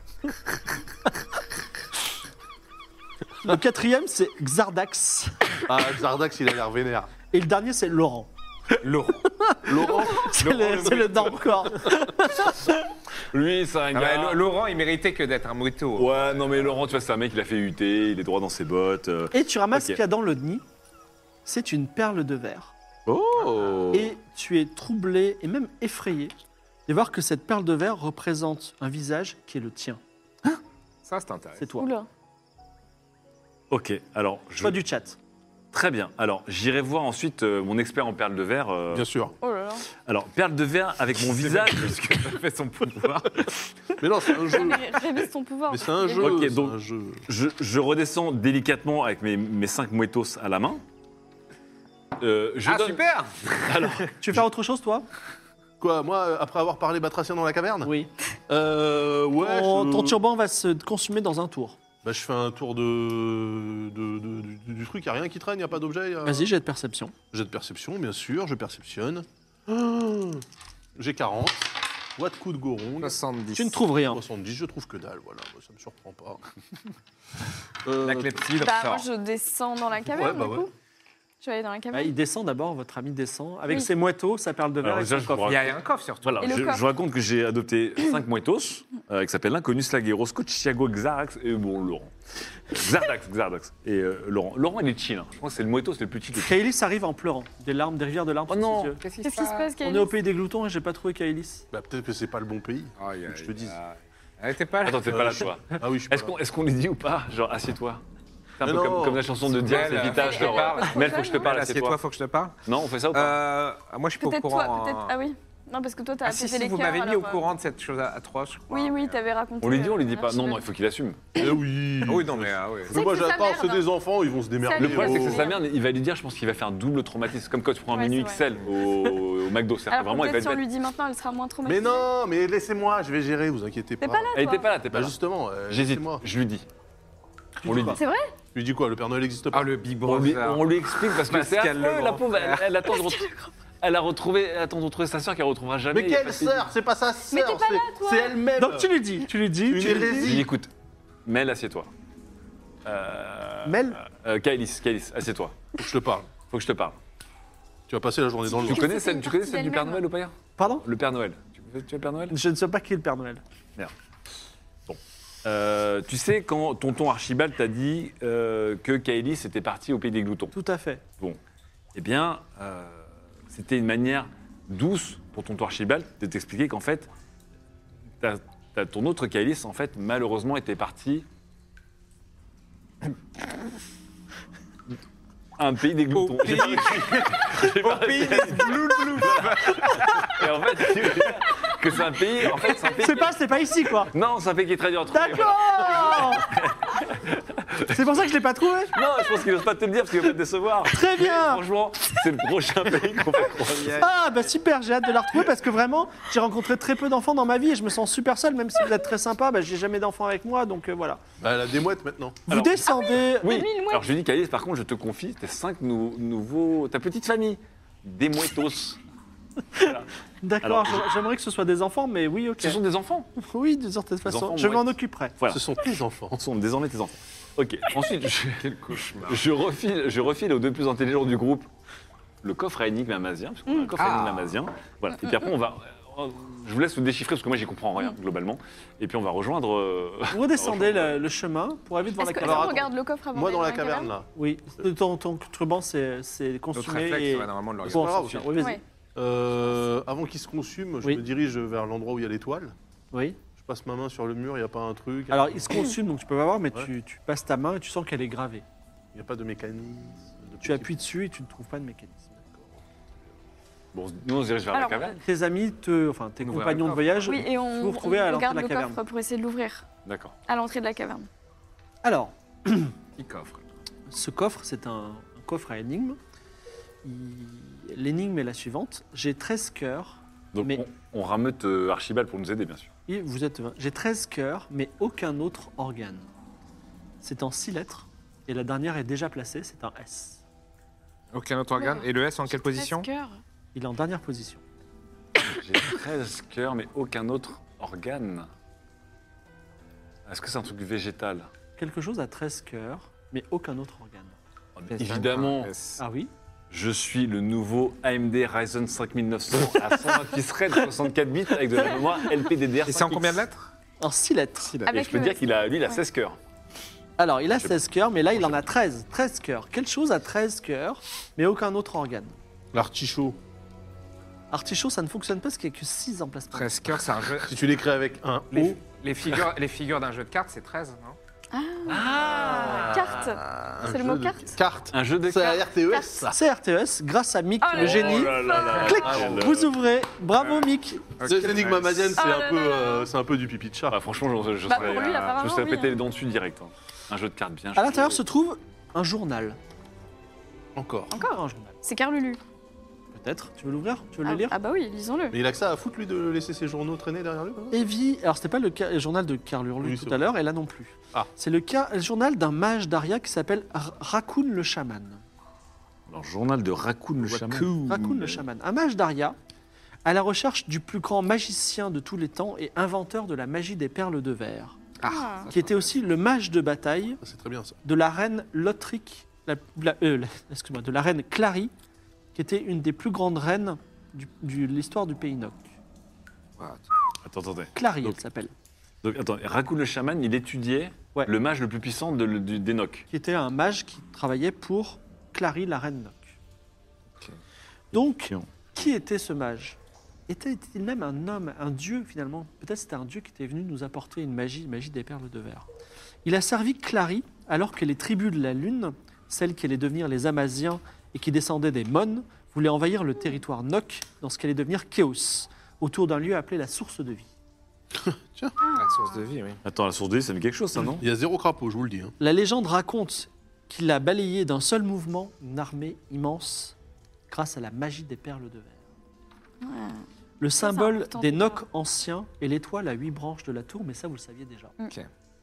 Le quatrième, c'est Xardax. Ah, Zardax, il a l'air vénère. Et le dernier, c'est Laurent. Laurent. C'est le Dankor. Lui, c'est un Ah gars... bah, Laurent, il méritait que d'être un moito. Ouais, non mais Laurent, tu vois, c'est un mec, il a fait UT, il est droit dans ses bottes. Et tu ramasses Ok. ce qu'il y a dans le nid. C'est une perle de verre. Oh Et tu es troublé et même effrayé de voir que cette perle de verre représente un visage qui est le tien. Ça, c'est intéressant. C'est toi. Oula. Ok, alors, Choix du chat. très bien. Alors, j'irai voir ensuite mon expert en perles de verre. Bien sûr. Oh là là. Alors, perles de verre avec mon visage. Parce que ça fait son pouvoir. Mais non, c'est un jeu. Mais révise ton pouvoir. Mais c'est un Et- jeu. Ok, c'est donc- un jeu. Je redescends délicatement avec mes 5 moitos à la main. Je Ah, donne... super. Alors, Tu veux faire autre chose, toi Quoi, moi, après avoir parlé batracien dans la caverne Oui. Ouais. Ton turban va se consumer dans un tour. Bah, je fais un tour du truc, y a rien qui traîne, y a pas d'objet. Vas-y, j'ai de perception. Jet de perception, bien sûr, je perceptionne. Oh, j'ai 40. What coup de gorong 70. Tu ne trouves rien. 70, je trouve que dalle, voilà, ça me surprend pas. La clepsydre Bah, moi, sort. je descends dans la caverne, Ouais, bah du ouais. coup. Je vais aller dans la Ah, caverne. il descend d'abord, votre ami descend. Avec Oui. ses moitos, sa perle de verre Alors, et déjà, son je coffre. Il y a un coffre surtout. voilà, Et le je coffre. vous raconte que j'ai adopté 5 moitos, qui s'appellent l'inconnu, Slagueros, Coach Thiago, Xarax et bon, Laurent. Xardax. Et Laurent. Laurent, il est chill. Hein. Je pense que c'est le moitos le plus chill. Kaelis arrive en pleurant. Des larmes, des rivières de larmes. Oh sur non. ses yeux. Qu'est-ce Qu'est-ce qui se passe, On Kaelis est au pays des gloutons et j'ai pas trouvé Kaelis. Bah, peut-être que c'est pas le bon pays. Aïe, je te dise. Elle était pas là. Attends, t'es pas là, toi. Ah oui, je suis pas Est-ce qu'on lui dit ou pas? Genre, assieds-toi. C'est un Mais peu non. comme la chanson de Diane, c'est Vita, je te Mel, parle. Mel, faut que je te parle, Assieds-toi, assieds-toi. faut que je te parle. Non, on fait ça ou pas? Moi, je suis pas au Peut-être courant. toi, peut-être. Ah oui. Non, parce que toi, t'as Ah, si, apaisé si, les vous cœurs. m'avez mis au alors, courant de cette chose atroce, je crois. Oui, oui, mais, t'avais raconté. On lui dit, on lui dit pas. Non, non, il Archibald. faut qu'il assume. Eh oui. Ah oui, non, mais ah oui. Mais moi C'est que sa j'attends, merde, c'est hein. des enfants, ils vont se démerder. Le Le problème, c'est que Oh. c'est sa merde, il va lui dire, je pense qu'il va faire un double traumatisme. Comme quand tu prends un Ouais, menu c'est XL au McDo. C'est-à-dire que Alors, vraiment, il va peut-être être si on bête. lui dit maintenant, elle sera moins traumatisée. Mais non, mais laissez-moi, je vais gérer, vous inquiétez pas. T'es pas là, Elle toi. était pas là, t'es pas Bah là. justement, J'hésite, laissez-moi. je lui dis. On lui dit. C'est vrai? Je lui dis quoi, le Père Noël n'existe pas? Ah, le Big On lui, Brother. on lui explique parce que c'est Pascal affreux, la Legrand. pauvre, elle attend de retrouver. Elle attend de retrouver sa sœur qu'elle retrouvera jamais. Mais il y a quelle pas de- sœur? C'est pas sa sœur, Mais t'es pas là, toi. c'est elle-même. Donc tu lui dis. Une Tu lui dis. hérésie. Je lui dis, écoute, Mel, assieds-toi. Mel Kaelis, assieds-toi. Faut que je te parle. Faut que je te parle. Tu vas passer la journée dans le Tu vent. connais c'était celle une du partie Père d'elle-même. Noël ou pas? Pardon? Le Père Noël. Tu es le Père Noël? Je ne sais pas qui est le Père Noël. Tu sais, quand tonton Archibald t'a dit que Kaelis était parti au pays des gloutons. Tout à fait. Bon. Eh bien, c'était une manière douce pour tonton Archibald de t'expliquer qu'en fait, ton autre Kaelis, en fait, malheureusement, était parti à un pays des gloutons. J'ai pas réussi. Au pays des blouloublou. Et en fait, tu veux dire que c'est un pays, en fait, c'est un pays... C'est pas ici, quoi. Non, c'est un pays qui est très dur à trouver. D'accord. C'est pour ça que je l'ai pas trouvé. Non, je pense qu'il n'ose pas te le dire parce qu'il va pas te décevoir. Très bien. Franchement, c'est le prochain pays qu'on va croiser. Ah bah super, j'ai hâte de la retrouver parce que vraiment, j'ai rencontré très peu d'enfants dans ma vie et je me sens super seul, même si vous êtes très sympa, bah, j'ai jamais d'enfants avec moi, donc voilà. Bah, elle a des mouettes maintenant. Vous Alors- descendez. Oui, lui, une mouette. alors je lui dis, Kaelis, par contre, je te confie tes 5 nouveaux... ta petite famille, des mouettos. D'accord, Alors, j'aimerais que ce soit des enfants, mais oui, ok. Ce sont des enfants. Oui, d'une certaine façon. enfants Je vont m'en être- occuperai. Voilà. Ce sont tes enfants. Ce sont désormais tes enfants. Ok. Ensuite, Quel cauchemar. je refile aux deux plus intelligents du groupe le coffre à énigme amazien, parce qu'on a un coffre à énigme amazien. Voilà. Et puis après, je vous laisse vous déchiffrer parce que moi j'y comprends rien globalement. Et puis on va rejoindre. Vous redescendez le chemin pour aller devant la Est-ce qu'on caverne. attends. regarde le coffre avant Moi, d'aller dans la caverne, là. Oui, ton ruban c'est Notre consumé réflexe, et... ouais, normalement, de le Bon, regarder. c'est sûr. Oui, vas-y. Ouais. Avant qu'il se consume, je Oui. me dirige vers l'endroit où il y a l'étoile. Oui. Je passe ma main sur le mur, il n'y a pas un truc. Alors, il se consume, donc tu peux pas voir, mais Ouais. tu passes ta main et tu sens qu'elle est gravée. Il n'y a pas de mécanisme. Tu appuies dessus et tu ne trouves pas de mécanisme. Bon, nous on se dirige vers Alors, la caverne. Tes amis, tes Ouvrir compagnons le de coffre. voyage, Oui, et on vous retrouvez à l'entrée regarde de la le caverne. coffre pour essayer de l'ouvrir D'accord. à l'entrée de la caverne. Alors, Petit coffre. ce coffre, c'est un coffre à énigme. L'énigme est la suivante. J'ai 13 cœurs. Donc Mais- on rameute Archibald pour nous aider, bien sûr. Et vous êtes 20. J'ai 13 cœurs, mais aucun autre organe. C'est en 6 lettres. Et la dernière est déjà placée, c'est un S. Aucun autre organe. Et le S en quelle position 13 cœurs. Il est en dernière position. J'ai 13 cœurs, mais aucun autre organe. Est-ce que c'est un truc végétal? Quelque chose à 13 cœurs, mais aucun autre organe. Évidemment, S. Ah oui? je suis le nouveau AMD Ryzen 5900 à 128 threads, 64 bits avec de la mémoire LPDDR5X. Et c'est en combien de lettres En 6 lettres. Et Avec je peux le dire S. qu'il a, lui, il a 16 cœurs. Alors, il a 16 cœurs, mais là, il en a 13. 13 cœurs. Quelque chose à 13 cœurs, mais aucun autre organe. L'artichaut. Artichaut, ça ne fonctionne pas parce qu'il n'y a que 6 emplacements. 13 cœurs, c'est un jeu. Si tu l'écris avec un O, Les figures d'un jeu de cartes, c'est 13, non Carte. C'est le mot carte. Carte. Un jeu de C'est cartes. la RTS, ça. C'est RTS, grâce à Mick, Oh là le là. génie. Oh là là là. Clic, Quel- vous ouvrez. Bravo, Mick. C'est l'énigme amasienne, c'est Oh un là peu, là. c'est un peu du pipi de chat. Ah, franchement, je Bah, serais, pour lui, apparemment, je serais oui, pété hein. les dents dessus direct. Hein. Un jeu de cartes bien À l'intérieur joué. se trouve un journal. Encore. Encore Un journal. C'est Carlulu. Peut-être. Tu veux l'ouvrir? Tu veux le lire? Ah bah oui, lisons-le. Mais il a que ça à foutre, lui, de laisser ses journaux traîner derrière lui, comme ça Evie, alors c'était pas le journal de Carlurlu Oui, tout c'est à l'heure, et là non plus. Ah. C'est le journal d'un mage d'Aria qui s'appelle Raccoon le chaman. Alors, journal de Raccoon le chaman. Raccoon le chaman. Un mage d'Aria à la recherche du plus grand magicien de tous les temps et inventeur de la magie des perles de verre, Ah. qui était aussi le mage de bataille C'est très bien, ça. de la reine Lothric, excuse-moi, de la reine Clary, qui était une des plus grandes reines de l'histoire du pays Noc. Attends, attendez. Clary, Donc- elle s'appelle. Donc, attends, Raccoon le chaman, il étudiait Ouais. le mage le plus puissant d'Enoch. Qui était un mage qui travaillait pour Clary, la reine Noc. Ok. Donc, qui était ce mage? Était-il même un homme, un dieu finalement? Peut-être c'était un dieu qui était venu nous apporter une magie des perles de verre. Il a servi Clary alors que les tribus de la Lune, celles qui allaient devenir les Amaziens et qui descendaient des Mônes, voulaient envahir le territoire Noc dans ce qui allait devenir Chaos, autour d'un lieu appelé la Source de Vie. La source de vie, oui. Attends, la source de vie, ça me dit quelque chose, ça, non? Il y a zéro crapaud, je vous le dis. Hein. La légende raconte qu'il a balayé d'un seul mouvement une armée immense grâce à la magie des perles de verre. Le c'est symbole important des de Nocs savoir. anciens est l'étoile à 8 branches de la tour, mais ça vous le saviez déjà. Ok.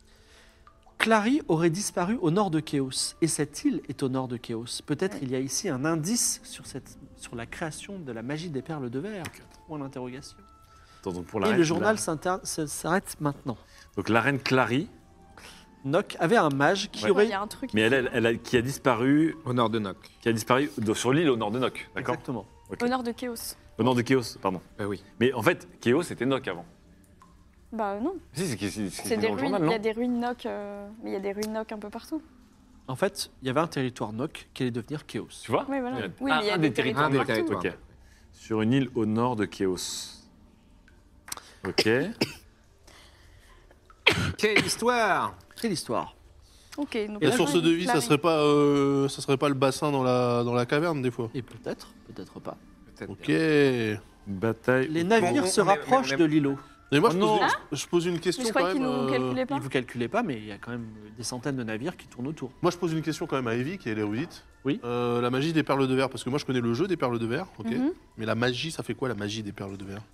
Clary aurait disparu au nord de Chaos, et cette île est au nord de Chaos. Peut-être il y a ici un indice sur la création de la magie des perles de verre. Point d'interrogation. Attends, donc pour la Et reine, le journal s'arrête maintenant. Donc la reine Clary, Noc avait un mage qui Ouais. aurait... Il y a un truc. mais qui a disparu Au nord de Noc. sur l'île au nord de Noc, d'accord? Exactement. Au nord de Chaos. Au nord de Chaos, pardon. Oui. Mais en fait, Chaos c'était Noc avant. Bah non. Si, c'est C'est des dans le ruines. journal, Il y non? a des ruines Noc. Mais il y a des ruines Noc un peu partout. En fait, il y avait un territoire Noc qui allait devenir Chaos. Tu vois? Oui, voilà. Il y a- Oui, mais il y a un des des territoires territoires Noc, partout. ok. Sur une île au nord de Chaos. Ok. Quelle histoire Quelle histoire. Ok. Donc La là, source oui, de vie, ça Clary. serait pas le bassin dans la caverne, des fois. Et peut-être, peut-être pas. Peut-être Ok. bien. Mais Les Bataille. navires on se est- rapprochent on est- de l'îlot. moi, Oh non. je pose une question Mais je quand crois même. qu'ils nous calculaient Et pas. vous calculez pas, mais il y a quand même des centaines de navires qui tournent autour. Moi, je pose une question quand même à Evie, qui est l'érudite. Oui. La magie des perles de verre, parce que moi, je connais le jeu des perles de verre, ok. Mhm. Mais la magie, ça fait quoi, la magie des perles de verre?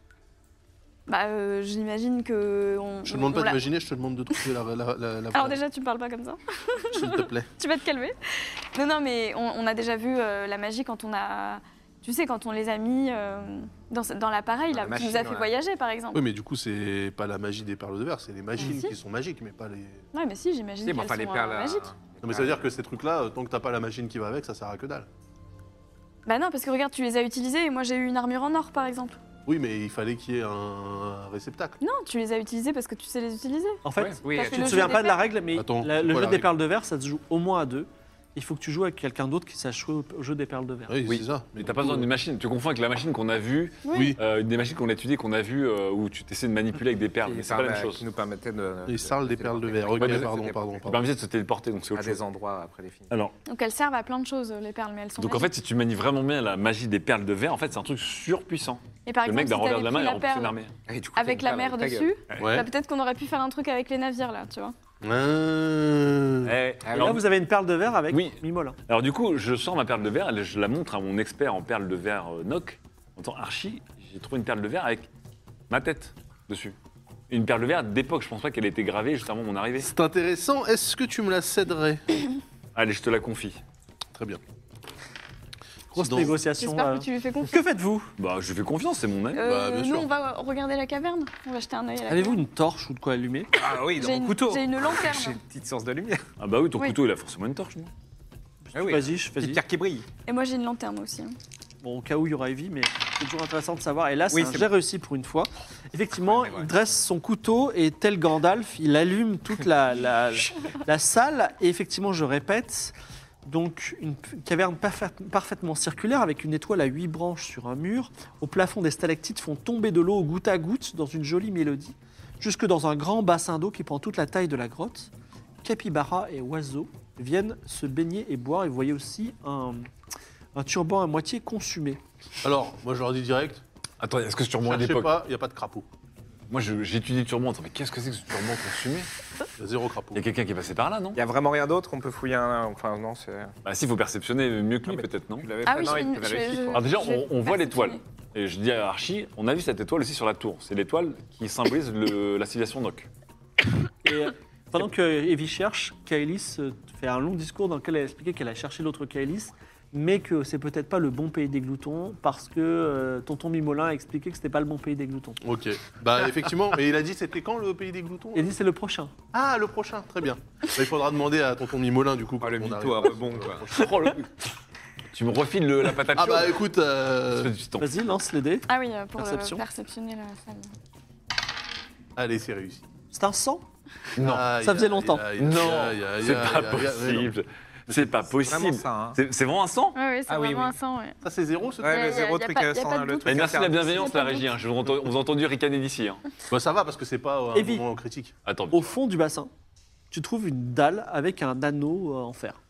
Bah, j'imagine que. Je te demande pas on l'a- d'imaginer, je te demande de trouver la Alors vraie, déjà, tu me parles pas comme ça. s'il te plaît. Tu vas te calmer. Non, non, mais on a déjà vu la magie quand on a Tu sais, quand on les a mis dans l'appareil, là, la qui nous a machine, fait ouais. voyager, par exemple. Oui, mais du coup, c'est pas la magie des perles de verre, c'est les machines Si. qui sont magiques, mais pas les. Ouais, mais si, j'imagine Si, qu'elles bon, enfin, les sont perles. magiques. Non, mais ça veut dire que ces trucs-là, tant que t'as pas la machine qui va avec, ça sert à que dalle. Bah non, parce que regarde, tu les as utilisés et moi j'ai eu une armure en or, par exemple. Oui, mais il fallait qu'il y ait un réceptacle. Non, tu les as utilisés parce que tu sais les utiliser. En fait, Ouais, oui, T'as fait tu le ne te jeu souviens des pas de la perles. règle, mais Attends, le c'est quoi jeu la des règle perles de verre, ça se joue au moins à 2. Il faut que tu joues avec quelqu'un d'autre qui sache jouer au jeu des perles de verre. Oui, Oui. c'est ça. Mais t'as pas besoin d'une machine. Tu confonds avec la machine qu'on a vue, Oui. des machines qu'on a étudiées, qu'on a vues, où tu t'essaies de manipuler avec des perles. Mais c'est pas la même chose. Qui nous permettait de. Ils sarlent des perles de verre. Ok, Ouais, mais pardon. Tu peux pardon. permettre de se téléporter, donc c'est À autre des chose. endroits prédéfinis. Alors, Donc elles servent à plein de choses, les perles, mais elles sont donc en magiques. fait, si tu manies vraiment bien la magie des perles de verre, en fait, c'est un truc surpuissant. Et par Le exemple, mec d'un si revers t'avais de la main, pris il la remplit une perle armée. Ah, et du coup, t'as avec une la perle mer avec ta dessus, Ouais. bah, peut-être qu'on aurait pu faire un truc avec les navires, là, tu vois. Eh, Ah, alors, Là, vous avez une perle de verre avec Oui. Mimolin. alors du coup, je sors ma perle de verre, et je la montre à mon expert en perles de verre Noc. En tant Archie, j'ai trouvé une perle de verre avec ma tête dessus. Une perle de verre d'époque, je pense pas qu'elle ait été gravée juste avant mon arrivée. C'est intéressant. Est-ce que tu me la céderais? Allez, je te la confie. Très bien. Grosse Sinon- négociation. J'espère que tu lui fais confiance. Que faites-vous? Bah, je lui fais confiance, c'est mon ami. Bah, bien nous, sûr. on va regarder la caverne. On va jeter un œil à la Avez-vous caverne. une torche ou de quoi allumer? Ah oui, dans J'ai mon une- couteau. j'ai une lanterne. J'ai une petite source de lumière. Ah bah oui, ton Oui. couteau, il a forcément une torche, non? Ah oui. Vas-y, Petite vas-y. pierre qui brille. Et moi, j'ai une lanterne aussi. hein. Bon, au cas où il y aura Evie, mais c'est toujours intéressant de savoir. Et là, Oui, c'est un c'est jet réussi pour une fois. Effectivement, Ouais, mais ouais. il dresse son couteau et tel Gandalf, il allume toute la salle. Et effectivement, je répète, donc une caverne parfaitement circulaire avec une étoile à 8 branches sur un mur. Au plafond, des stalactites font tomber de l'eau goutte à goutte dans une jolie mélodie, jusque dans un grand bassin d'eau qui prend toute la taille de la grotte. Capybara et oiseaux viennent se baigner et boire. Et vous voyez aussi un turban à moitié consumé. Alors, moi, je leur dis direct. Attends, est-ce que ce turban est Cherchez d'époque? pas, il n'y a pas de crapaud. Moi, j'étudie le turban. Attends, mais qu'est-ce que c'est que ce turban consumé? Il y a zéro crapaud. Il y a quelqu'un qui est passé par là, non? Il y a vraiment rien d'autre. On peut fouiller un. Enfin, non, c'est. Bah si, il faut perceptionner mieux que lui, Ah, mais- peut-être, non? Tu l'avais Ah fait, oui, non, je il vais- peut je vais- vérifier. je- Alors déjà, je vais on voit l'étoile. perceptionner. Et je dis à Archie, on a vu cette étoile aussi sur la tour. C'est l'étoile qui symbolise la civilisation Noc. Et pendant que Evie cherche, Kaelis fait un long discours dans lequel elle expliquait qu'elle a cherché l'autre Kaelis, mais que c'est peut-être pas le bon pays des gloutons, parce que tonton Mimolin a expliqué que c'était pas le bon pays des gloutons. Ok. Bah, effectivement. Mais il a dit c'était quand le pays des gloutons? Elle dit c'est le prochain. Ah, le prochain. Très bien. Bah, il faudra demander à tonton Mimolin, du coup. Ah, le quand on mytho à arrive. rebond, quoi. Oh, tu me refiles la patate Ah, chaude. bah, écoute. Espèce de piston. Vas-y, lance les dés. Ah oui, pour Perception. perceptionner la salle. Allez, c'est réussi. C'est un 100. Non, Aïe, ça faisait aïe, longtemps. aïe, non, aïe, aïe, c'est aïe, pas aïe, aïe, aïe, non. possible. C'est pas possible. Vraiment ça, hein. C'est vraiment un 100? Ouais, ouais, c'est Ah oui, vraiment oui. un sang, ouais. Ça, c'est zéro, ce Ouais, Y a- le y a- zéro y a truc pas- y a sans pas de le doute. truc. Mais merci la interdit. bienveillance, Il y a la pas de régie. doute. Hein. On vous a entendu ricaner d'ici. Hein. Bah, ça va, parce que c'est pas un Evie. moment critique. Attends. Au fond du bassin, tu trouves une dalle avec un anneau en fer.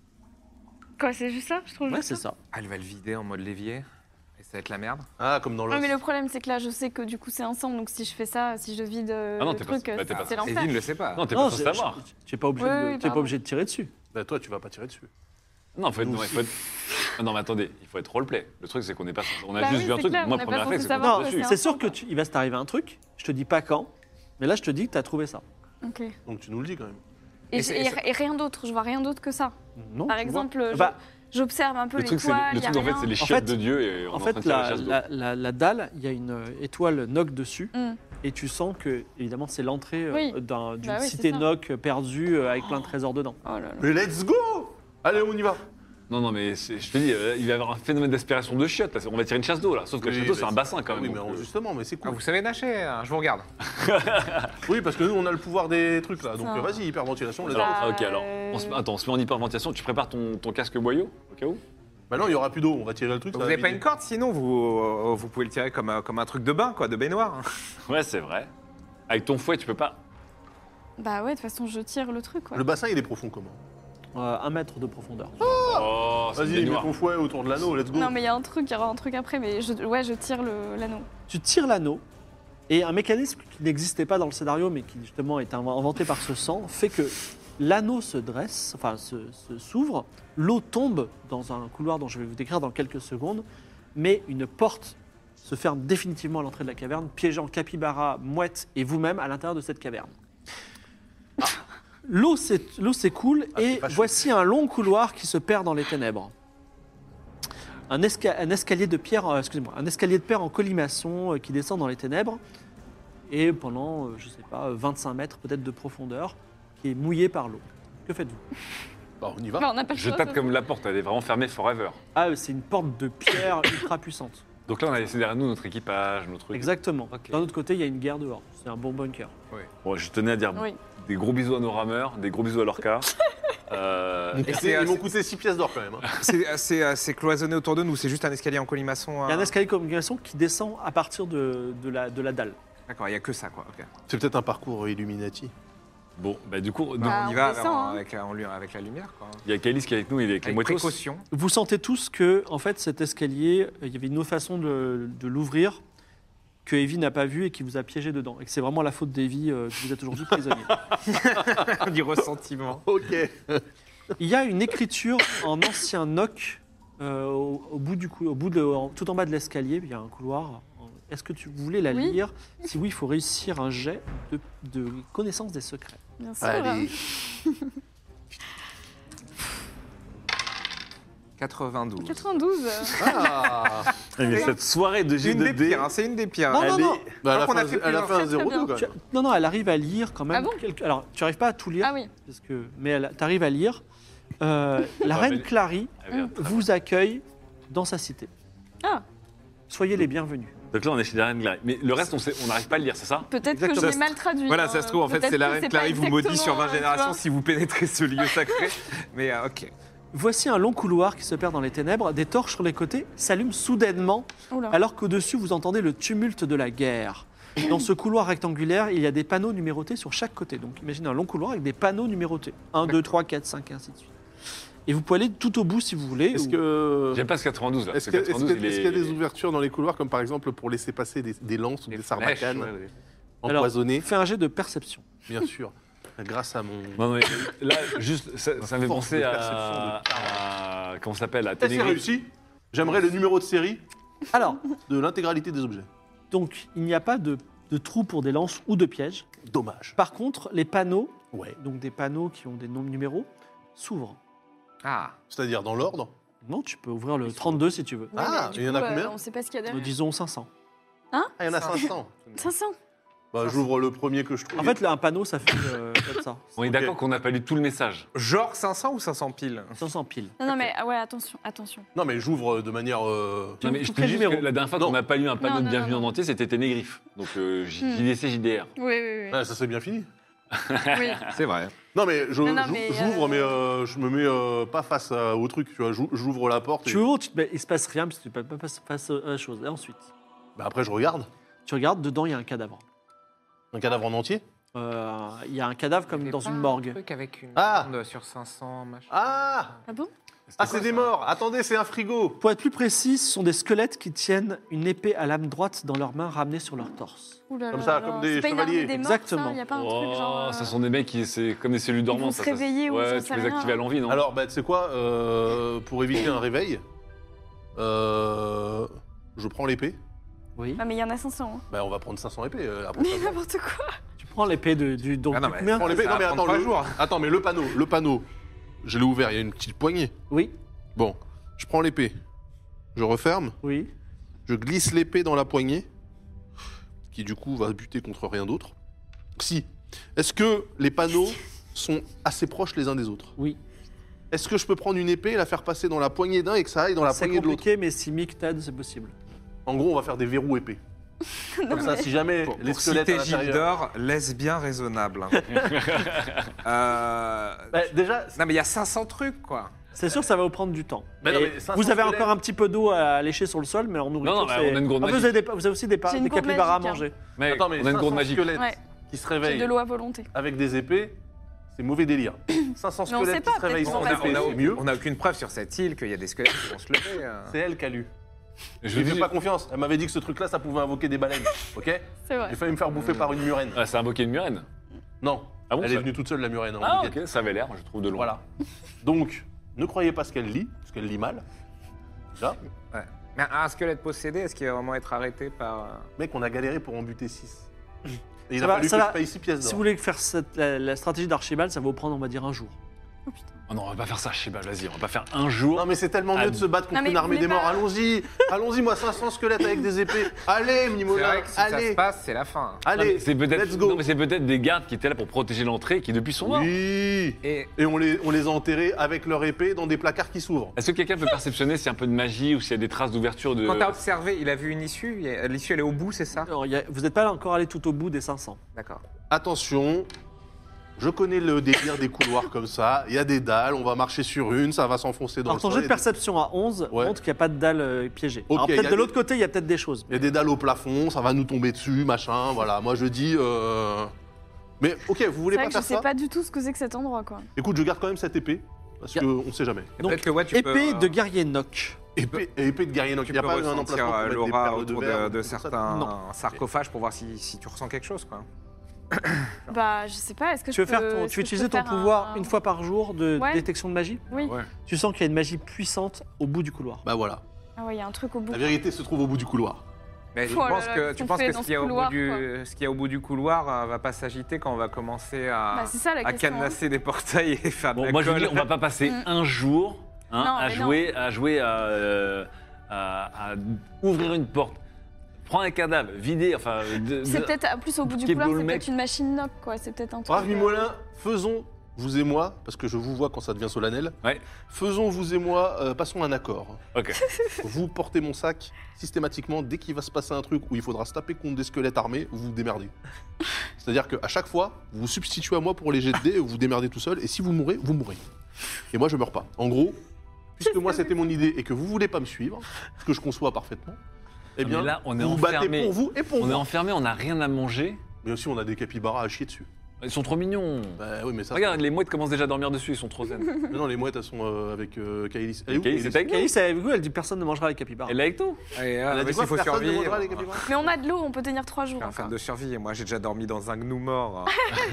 Quoi, c'est juste ça? Je trouve Ouais, juste c'est ça. ça. Ah, elle va le vider en mode l'évier. Et ça va être la merde. Ah, comme dans Ouais, l'os. mais le problème, c'est que là, je sais que du coup, c'est un sang, donc si je fais ça, si je vide Ah non, le t'es pas- truc, bah, t'es pas- c'est l'enfer. Evie ne le sait pas. Non, t'es pas censé je- savoir. tu n'es pas obligé, Oui, de, oui, tu es pas pardon. obligé de tirer dessus. Bah, toi, tu vas pas tirer dessus. Non, faut être... Ah non, mais attendez, il faut être roleplay. Le truc, c'est qu'on n'est pas. On a Bah juste oui, vu un c'est truc. clair, Moi, on n'est premier pas réflexe, censé c'est qu'on savoir est que dessus. c'est un C'est sûr sang, que quoi. il va se t'arriver un truc. Je te dis pas quand, mais là, je te dis que tu as trouvé ça. Ok. Donc, tu nous le dis quand même. Et, Et c'est- et rien d'autre, je vois rien d'autre que ça. Non. Par tu vois. exemple, Bah, j'observe un peu Le truc, c'est l'étoile, le il y a truc, en fait, rien. c'est les En chiottes fait- de Dieu et on en est fait, train de tirer la chasse d'eau. la dalle, il y a une étoile Noc dessus. Mm. Et tu sens que, évidemment, c'est l'entrée Oui. d'une Bah oui, c'est cité ça. Noc perdue avec plein de trésors dedans. Oh là là. Mais let's go! Allez, on y va. Non, mais je te dis, il va y avoir un phénomène d'aspiration de chiottes. Là. On va tirer une chasse d'eau, là. Sauf que la Oui, chasse d'eau, mais c'est un bassin quand même. Oui, donc, mais justement, mais c'est Ah, cool. vous savez nager, hein, je vous regarde. Oui, parce que nous, on a le pouvoir des trucs là. Donc, Ça. vas-y, hyperventilation. let's Alors, go. Bah, ok, alors. Attends, on se met en hyperventilation. Tu prépares ton casque boyau, au cas où? Bah, non, il y aura plus d'eau. On va tirer le truc. Vous ça va n'avez pas vider. une corde, sinon vous pouvez le tirer comme un truc de bain, quoi, de baignoire. Ouais, c'est vrai. Avec ton fouet, tu peux pas. Bah ouais, de toute façon, je tire le truc, quoi. Le bassin, il est profond comment? 1 mètre de profondeur. Oh, c'est Vas-y, mets baignoire. ton fouet autour de l'anneau. Let's go. Non, mais il y a un truc, il y aura un truc après, mais je tire l'anneau. Tu tires l'anneau et un mécanisme qui n'existait pas dans le scénario mais qui justement est inventé par ce sang fait que l'anneau se dresse, enfin s'ouvre, l'eau tombe dans un couloir dont je vais vous décrire dans quelques secondes, mais une porte se ferme définitivement à l'entrée de la caverne, piégeant Capybara, Mouette et vous-même à l'intérieur de cette caverne. L'eau s'écoule Ah, c'est et fâcheux. voici un long couloir qui se perd dans les ténèbres. un escalier de pierre, un escalier de pierre en colimaçon qui descend dans les ténèbres et pendant, je sais pas, 25 mètres peut-être de profondeur, qui est mouillé par l'eau. Que faites-vous? Bah, on y va. Bah, on n'a pas le Je choix, tape de comme toute la porte, elle est vraiment fermée forever. Ah, c'est une porte de pierre ultra puissante. Donc là, on a laissé derrière nous notre équipage, nos trucs. Exactement. Ok. D'un autre côté, il y a une guerre dehors. C'est un bon bunker. Bon, je tenais à dire Oui. des gros bisous à nos rameurs, des gros bisous à Lorca. Ils m'ont coûté 6 pièces d'or quand même. Hein. C'est cloisonné autour de nous, c'est juste un escalier en colimaçon. Il y a un escalier de communication qui descend à partir de la dalle. D'accord, il n'y a que ça, quoi. Ok. C'est peut-être un parcours Illuminati. Bon, bah du coup, Bah, On y on va descend, hein. avec la lumière, quoi. il y a Kailis qui est avec nous, il est avec les Avec motos. précaution. Vous sentez tous que, en fait, cet escalier, il y avait une autre façon de l'ouvrir que Evie n'a pas vu et qui vous a piégé dedans. Et que c'est vraiment la faute d'Evie que vous êtes aujourd'hui prisonnier. Du ressentiment. Ok. Il y a une écriture en ancien noc au bout tout en bas de l'escalier. Il y a un couloir. Est-ce que vous voulez la Oui. lire? Si oui, il faut réussir un jet de connaissance des secrets. Bien sûr. Allez. 92. 92. Ah. Mais cette soirée de C'est une des G2D, pires, hein, c'est une des pires. Non, non, non. Bah, Alors qu'on a fait elle a fait un Très, très 0-2 bien. quand Tu- même. non, elle arrive à lire quand même. Ah bon Alors, tu n'arrives pas à tout lire, Ah oui. mais tu arrives à lire. La reine mais- Clary elle vient très vous accueille dans sa cité. Ah, Soyez les bienvenus. Donc là, on est chez la reine Clary. Mais le reste, on n'arrive pas à le lire, c'est ça? peut-être que Exactement. je l'ai mal traduit. Voilà, hein. ça se trouve, en fait, Peut-être c'est la que reine pas Clary vous maudit sur 20 exactement, tu générations vois. si vous pénétrez ce lieu sacré. Mais ok. Voici un long couloir qui se perd dans les ténèbres. Des torches sur les côtés s'allument soudainement, Oula. alors qu'au-dessus, vous entendez le tumulte de la guerre. Dans ce couloir rectangulaire, il y a des panneaux numérotés sur chaque côté. Donc imaginez un long couloir avec des panneaux numérotés. 1, 2, 3, 4, 5, et ainsi de suite. Et vous pouvez aller tout au bout si vous voulez. Est-ce ou- que. J'aime pas ce 92 là. Est-ce Ce que- est-ce 92, que- il est-ce qu'il y a est- des ouvertures dans les couloirs, comme par exemple pour laisser passer des lances ou les des flèches, sarbacanes ouais. empoisonnées? Fais un jet de perception. Bien sûr. Grâce à mon. Non, mais là, juste, ça me fait Force penser de à, perception comment ça s'appelle, à C'est Ténéré. réussi. J'aimerais le numéro de série Alors, de l'intégralité des objets. donc, il n'y a pas de trous pour des lances ou de pièges. Dommage. Par contre, les panneaux, Ouais. donc des panneaux qui ont des nombres numéros, s'ouvrent. Ah. C'est-à-dire dans l'ordre. Non, tu peux ouvrir le 32 si tu veux. Ouais, Ah, mais du il y en a coup, combien On sait pas ce qu'il y a derrière. Disons 500. Ah, il y en a 500. 500. Bah, j'ouvre le premier que je trouve. En fait, là, un panneau, ça fait comme ça. On est Ok. d'accord qu'on n'a pas lu tout le message. Genre 500 ou 500 piles 500 piles. Non, non, mais ouais, attention, attention. Non, mais j'ouvre de manière. Non, mais je te quel dis juste numéro que la dernière fois Non. qu'on n'a pas lu un panneau Non, de non, bienvenue non, en non. entier, c'était Ténégriffe. Donc JDC, JDR. Oui, oui, oui. Ah, ça c'est bien fini. Oui. C'est vrai. Non, mais Non, mais, j'ouvre, mais je me mets pas face au truc. Tu vois, j'ouvre la porte. Tu ouvres, il se passe rien parce que tu ne peux pas face à la chose. Et ensuite, Bah, après, je regarde. tu regardes, dedans, il y a un cadavre. Un cadavre en entier. Il y a un cadavre comme dans une morgue. Un truc avec une Ah. bande sur 500, machin. Ah Ah bon? Ah, c'est des morts. Attendez, c'est un frigo. Pour être plus précis, ce sont des squelettes qui tiennent une épée à lame droite dans leurs mains ramenée sur leur torse. Ouh là Comme là ça, là. comme des C'est pas une chevaliers. armée des morts, Exactement. Il n'y a pas un truc genre. Ce sont des mecs qui, c'est comme des cellules dormantes. vont se réveiller ou ouais, j'en tu sais peux les rien. activer à l'envie, non? Alors, bah, tu sais quoi pour éviter un réveil, je prends l'épée. Oui. Ah, mais il y en a 500. Hein. Bah, on va prendre 500 épées. Après, Mais ça- n'imprend quoi. Tu prends l'épée du. Donc, Ah non, du mais- combien Je prends l'épée. Ça Non, mais va attends, prendre 3 jours. attends, mais le panneau, je l'ai ouvert. Il y a une petite poignée. Oui, Bon, je prends l'épée. Je referme. oui. Je glisse l'épée dans la poignée, qui du coup va buter contre rien d'autre. Si. Est-ce que les panneaux sont assez proches les uns des autres? Oui. Est-ce que je peux prendre une épée et la faire passer dans la poignée d'un et que ça aille dans la C'est poignée de l'autre? compliqué, mais si Mick t'aide, c'est possible. En gros, on va faire des verrous épées. Comme ça, si jamais Pour, les pour squelettes à citer l'intérieur... Gildor, laisse bien raisonnable. hein. Bah, déjà, Non, mais il y a 500 trucs, quoi. C'est sûr que ça va vous prendre du temps. Mais non, Et mais 500 vous avez squelettes. encore un petit peu d'eau à lécher sur le sol, mais en nourriture, Non, non, bah, c'est- on a une gourde En fait, vous avez aussi des J'ai une gourde capybaras à magique, hein. manger. Mec, attends, mais on a une gourde 500 magique. squelettes Ouais. qui se J'ai réveillent de l'eau à volonté. avec des épées, c'est mauvais délire. 500 Mais on sait squelettes pas, qui se réveillent peut-être sans qu'on va- épée, c'est mieux. On n'a aucune preuve sur cette île qu'il y a des squelettes qui vont se lever. C'est elle qui a lu. Je Je lui dis- fais pas confiance. Elle m'avait dit que ce truc-là, ça pouvait invoquer des baleines. Ok? C'est vrai. J'ai failli me faire bouffer par une murène. Ah, c'est invoqué une murène. Non. Ah bon, Elle ça- est venue toute seule, la murène. en Ah, bouquet. ok, ça avait l'air, je trouve de loin. Voilà. Donc, ne croyez pas ce qu'elle lit, parce qu'elle lit mal. Déjà. Ouais. Mais un squelette possédé, est-ce qu'il va vraiment être arrêté par. Mec, on a galéré pour en buter 6. Et il Ça a va, fallu ça que va. je paye 6 pièces Si vous d'or. voulez faire la stratégie d'Archibald, ça va vous prendre, on va dire, un jour. Oh non, on va pas faire ça, Archibald, vas-y, on va pas faire un jour. Non mais c'est tellement mieux de se battre contre Non, mais une armée vous des voulez morts. pas- Allons-y, moi 500 squelettes avec des épées. Allez, C'est Mimola, vrai que si ça se allez, passe, c'est la fin. Non, allez, mais c'est peut-être let's go. non, mais c'est peut-être des gardes qui étaient là pour protéger l'entrée qui depuis sont morts. Oui. Et Et on les a enterrés avec leur épée dans des placards qui s'ouvrent. Est-ce que quelqu'un peut perceptionner s'il y a un peu de magie ou s'il y a des traces d'ouverture de. quand t'as observé, il a vu une issue. L'issue, elle est au bout, c'est ça? Alors, vous n'êtes pas encore allé tout au bout des 500. D'accord. Attention, je connais le délire des couloirs comme ça. Il y a des dalles, on va marcher sur une, ça va s'enfoncer dans Alors, le ton sol. jet de perception à 11 Ouais. montre qu'il n'y a pas de dalle piégée. Ok, Alors, il y peut-être a de des- l'autre côté, il y a peut-être des choses. Il y a des dalles au plafond, ça va nous tomber dessus, machin. Voilà, moi je dis. Mais ok, vous voulez C'est vrai pas que je faire sais ça pas du tout ce que c'est que cet endroit, quoi. Écoute, je garde quand même cette épée parce qu'on sait jamais. Et Donc, peut-être que ouais, tu Épée peux, de guerrier Noc. Épée de guerrier, donc tu il n'y a peux pas un ressentir emplacement pour mettre des l'aura perles de autour verre, de tout ça. certains Non. sarcophages pour voir si tu ressens quelque chose, quoi. Bah, je sais pas, est-ce que Tu veux, je peux... tu veux est-ce que je utiliser peux ton faire pouvoir un- une fois par jour de Ouais. détection de magie. Oui. Ouais. Tu sens qu'il y a une magie puissante au bout du couloir. Bah voilà, Ah ouais, il y a un truc au bout. la vérité se trouve au bout du couloir. Mais Oh là là, tu qu'est-ce penses qu'on fait que dans ce qu'il y a ce au couloir, ce qu'il y a au bout du couloir va pas s'agiter quand on va commencer Bah, c'est ça la à question. cadenasser des portails et faire de Bon, la moi je vous colle. dis, on va pas passer un jour Non, à mais jouer à ouvrir une porte, prendre un cadavre, vider, enfin. C'est peut-être, en plus au bout du Keep couloir, le c'est mec. peut-être une machine knock, quoi. C'est peut-être un truc. Brave Mimolin, faisons, vous et moi, parce que je vous vois quand ça devient solennel, Ouais. faisons vous et moi, passons un accord. Ok. Vous portez mon sac systématiquement, dès qu'il va se passer un truc où il faudra se taper contre des squelettes armés, vous vous démerdez. C'est-à-dire qu'à chaque fois, vous vous substituez à moi pour les jets de dés, vous vous démerdez tout seul, et si vous mourrez, vous mourrez. Et moi, je meurs pas. En gros, puisque moi c'était mon idée et que vous voulez pas me suivre, ce que je conçois parfaitement, eh bien, Mais là, on est vous vous battez enfermé. pour vous et pour On est moi. enfermé, on n'a rien à manger. Mais aussi, on a des capybaras à chier dessus. Ils sont trop mignons. Bah oui, mais ça. Regarde, les mouettes commencent déjà à dormir dessus, ils sont trop zen. Mais non, les mouettes, elles sont avec Kailis. Elle est où, Kailis, Kailis c'est avec nous. Kali, c'est avec vous, elle dit personne ne mangera les capybaras. Elle est avec nous. Allez, Elle a mais dit s'il quoi, faut personne ne survivre. mangera les capybaras Mais on a de l'eau, on peut tenir 3 Je jours. suis un fan encore. de survie et moi j'ai déjà dormi dans un gnou mort.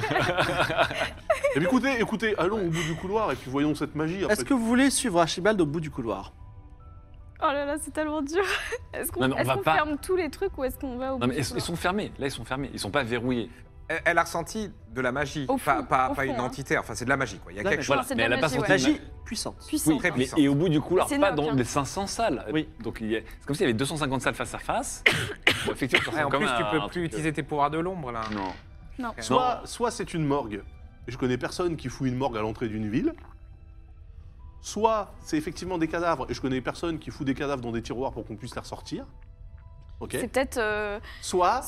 Eh bien, écoutez, allons au bout du couloir et puis voyons cette magie. Est-ce que vous voulez suivre Archibald au bout du couloir? Oh là là, c'est tellement dur. Est-ce qu'on Non, mais on va pas- ferme tous les trucs ou est-ce qu'on va au bout Non, mais du ils couloir sont fermés. Là, ils sont fermés. Ils sont pas verrouillés. Elle a ressenti de la magie, Au fond, pas au fond, une hein. entité, enfin c'est de la magie quoi. Il y a La quelque magie. chose. Voilà. c'est de Mais la elle a pas magie, senti. ouais. Magie puissante. Puissante. très hein. puissante. Et au bout du couloir, C'est pas Noc, dans hein. les 500 salles. Oui. Donc c'est comme s'il y avait 250 salles face à face. Bon, effectivement, ça Ouais, en ressemble plus comme tu un peux truc, plus utiliser tes pouvoirs de l'ombre là. Non. Non. Soit c'est une morgue, et je connais personne qui fout une morgue à l'entrée d'une ville. Soit c'est effectivement des cadavres, et je connais personne qui fout des cadavres dans des tiroirs pour qu'on puisse les ressortir. Ok. C'est peut-être Soit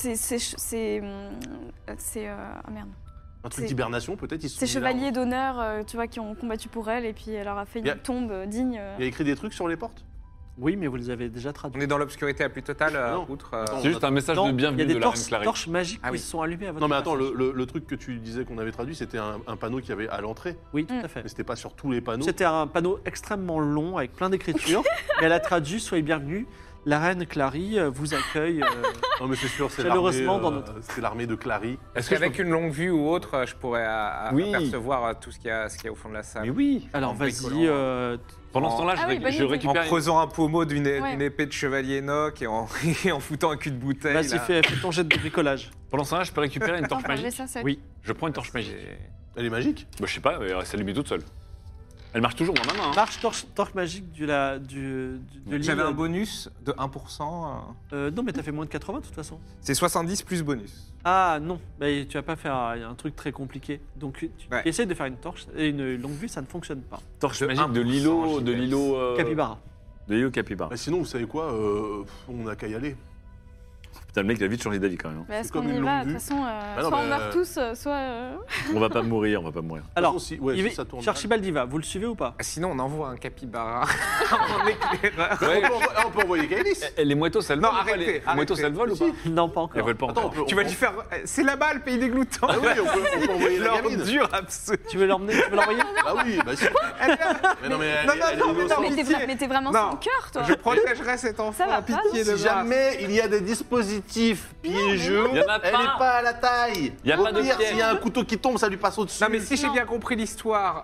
ah merde. un truc c'est- d'hibernation, peut-être. Ils se sont Ces mis là. chevaliers d'honneur, tu vois, qui ont combattu pour elle et puis elle leur a fait Y a- une tombe digne. Il y a écrit des trucs sur les portes. Oui, mais vous les avez déjà On traduits. est dans l'obscurité la plus totale, Non. outre. Attends, C'est juste un message Non, de il y a bienvenue des de la reine torches, Clary. torches magiques Ah oui. qui sont allumées à votre Non mais attends, passage. le truc que tu disais qu'on avait traduit, c'était un panneau qu'il y avait à l'entrée. Oui, tout à fait. Mais c'était pas sur tous les panneaux. C'était un panneau extrêmement long avec plein d'écritures. Et elle a traduit Soyez bienvenus. La reine Clary vous accueille. Non mais c'est sûr, c'est Chaleureusement l'armée, dans notre- c'était l'armée de Clary. Est-ce qu'avec une longue vue ou autre, je pourrais Oui. apercevoir tout ce qu'il y a au fond de la salle Mais oui. Alors En vas-y. bricolant. Pendant ce temps-là, Ah oui, bonne je idée. En récupère. creusant un pommeau d'une Ouais. épée de chevalier Noc et en, et en foutant un cul de bouteille. Vas-y, là. fais ton jet de bricolage. Pendant ce temps-là, je peux récupérer une Attends, torche j'ai magique. ça, Oui. Je prends une torche magique. Elle est magique. Bah, je sais pas, elle s'allume toute seule. Elle marche toujours dans ma main. Hein. Marche torche magique de l'île. J'avais un bonus de 1%. Non, mais t'as fait moins de 80 de toute façon. C'est 70 plus bonus. Ah non, mais tu vas pas faire un truc très compliqué. Donc tu Ouais. essayes de faire une torche et une longue vue, ça ne fonctionne pas. Torche De magique de 1%, l'îlot. j'y De pense. l'îlot. Capybara. De l'îlot Capybara. Bah, sinon, vous savez quoi, on n'a qu'à y aller. Putain, le mec, il a vite changé d'avis quand même. hein. Bah, est-ce C'est comme qu'on y une va? longue De vue. toute façon, non, soit on mais, meurt tous, soit. On va pas mourir, on va pas mourir. Alors, si, ouais, il si va- ça tourne mal. Archibald y va. Vous le suivez ou pas? Ah, sinon, on envoie un capybara en éclaireur. On peut envoyer Kailis. Les moitos, elles Non, volent ou pas, arrêtez, Les moitos, arrêtez. elles volent ou pas Non, pas Elles encore. volent pas Attends, encore. Tu vas lui faire. C'est là-bas le pays dégoûtant. Ah oui, on peut envoyer la gamine. L'ordure absolue. Tu veux l'emmener? Tu veux l'envoyer? Ah oui, bah si. Mais non, mais elle Non, est- non, elle est non, mais innocente. non, Mais t'es vraiment Non. sans cœur, toi. Je protégerai cet enfant. Ça va pas, pitié de Si grâce. jamais il y a des dispositifs piégeux, Il y en a elle pas. n'est pas à la taille. Il y a Au pas de pire, piège. s'il y a un couteau qui tombe, ça lui passe au-dessus. Non mais si j'ai Non. bien compris l'histoire,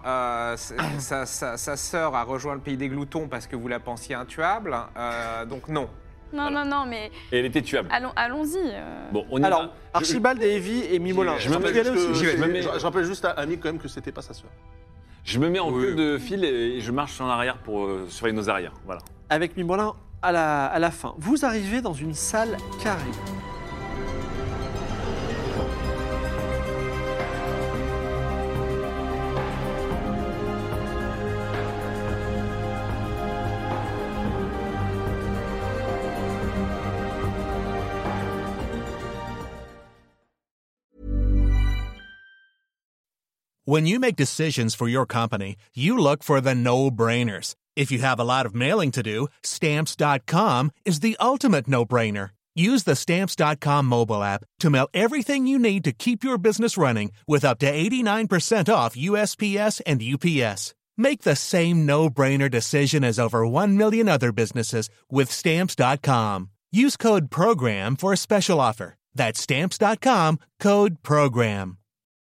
sa sœur a rejoint le pays des gloutons parce que vous la pensiez intuable, donc non. Non, mais Et elle était tuable. allons-y. Bon, on y Alors, va. Archibald et Evie et Mimolin. Je me Tu mets- veux y aller aussi? je me mets- Je rappelle juste à Annie quand même que c'était pas sa sœur. Je me mets en Oui. queue de fil et je marche en arrière pour surveiller nos arrières. Voilà. Avec Mimolin à la fin. Vous arrivez dans une salle carrée. When you make decisions for your company, you look for the no-brainers. If you have a lot of mailing to do, Stamps.com is the ultimate no-brainer. Use the Stamps.com mobile app to mail everything you need to keep your business running with up to 89% off USPS and UPS. Make the same no-brainer decision as over 1 million other businesses with Stamps.com. Use code PROGRAM for a special offer. That's Stamps.com, code PROGRAM.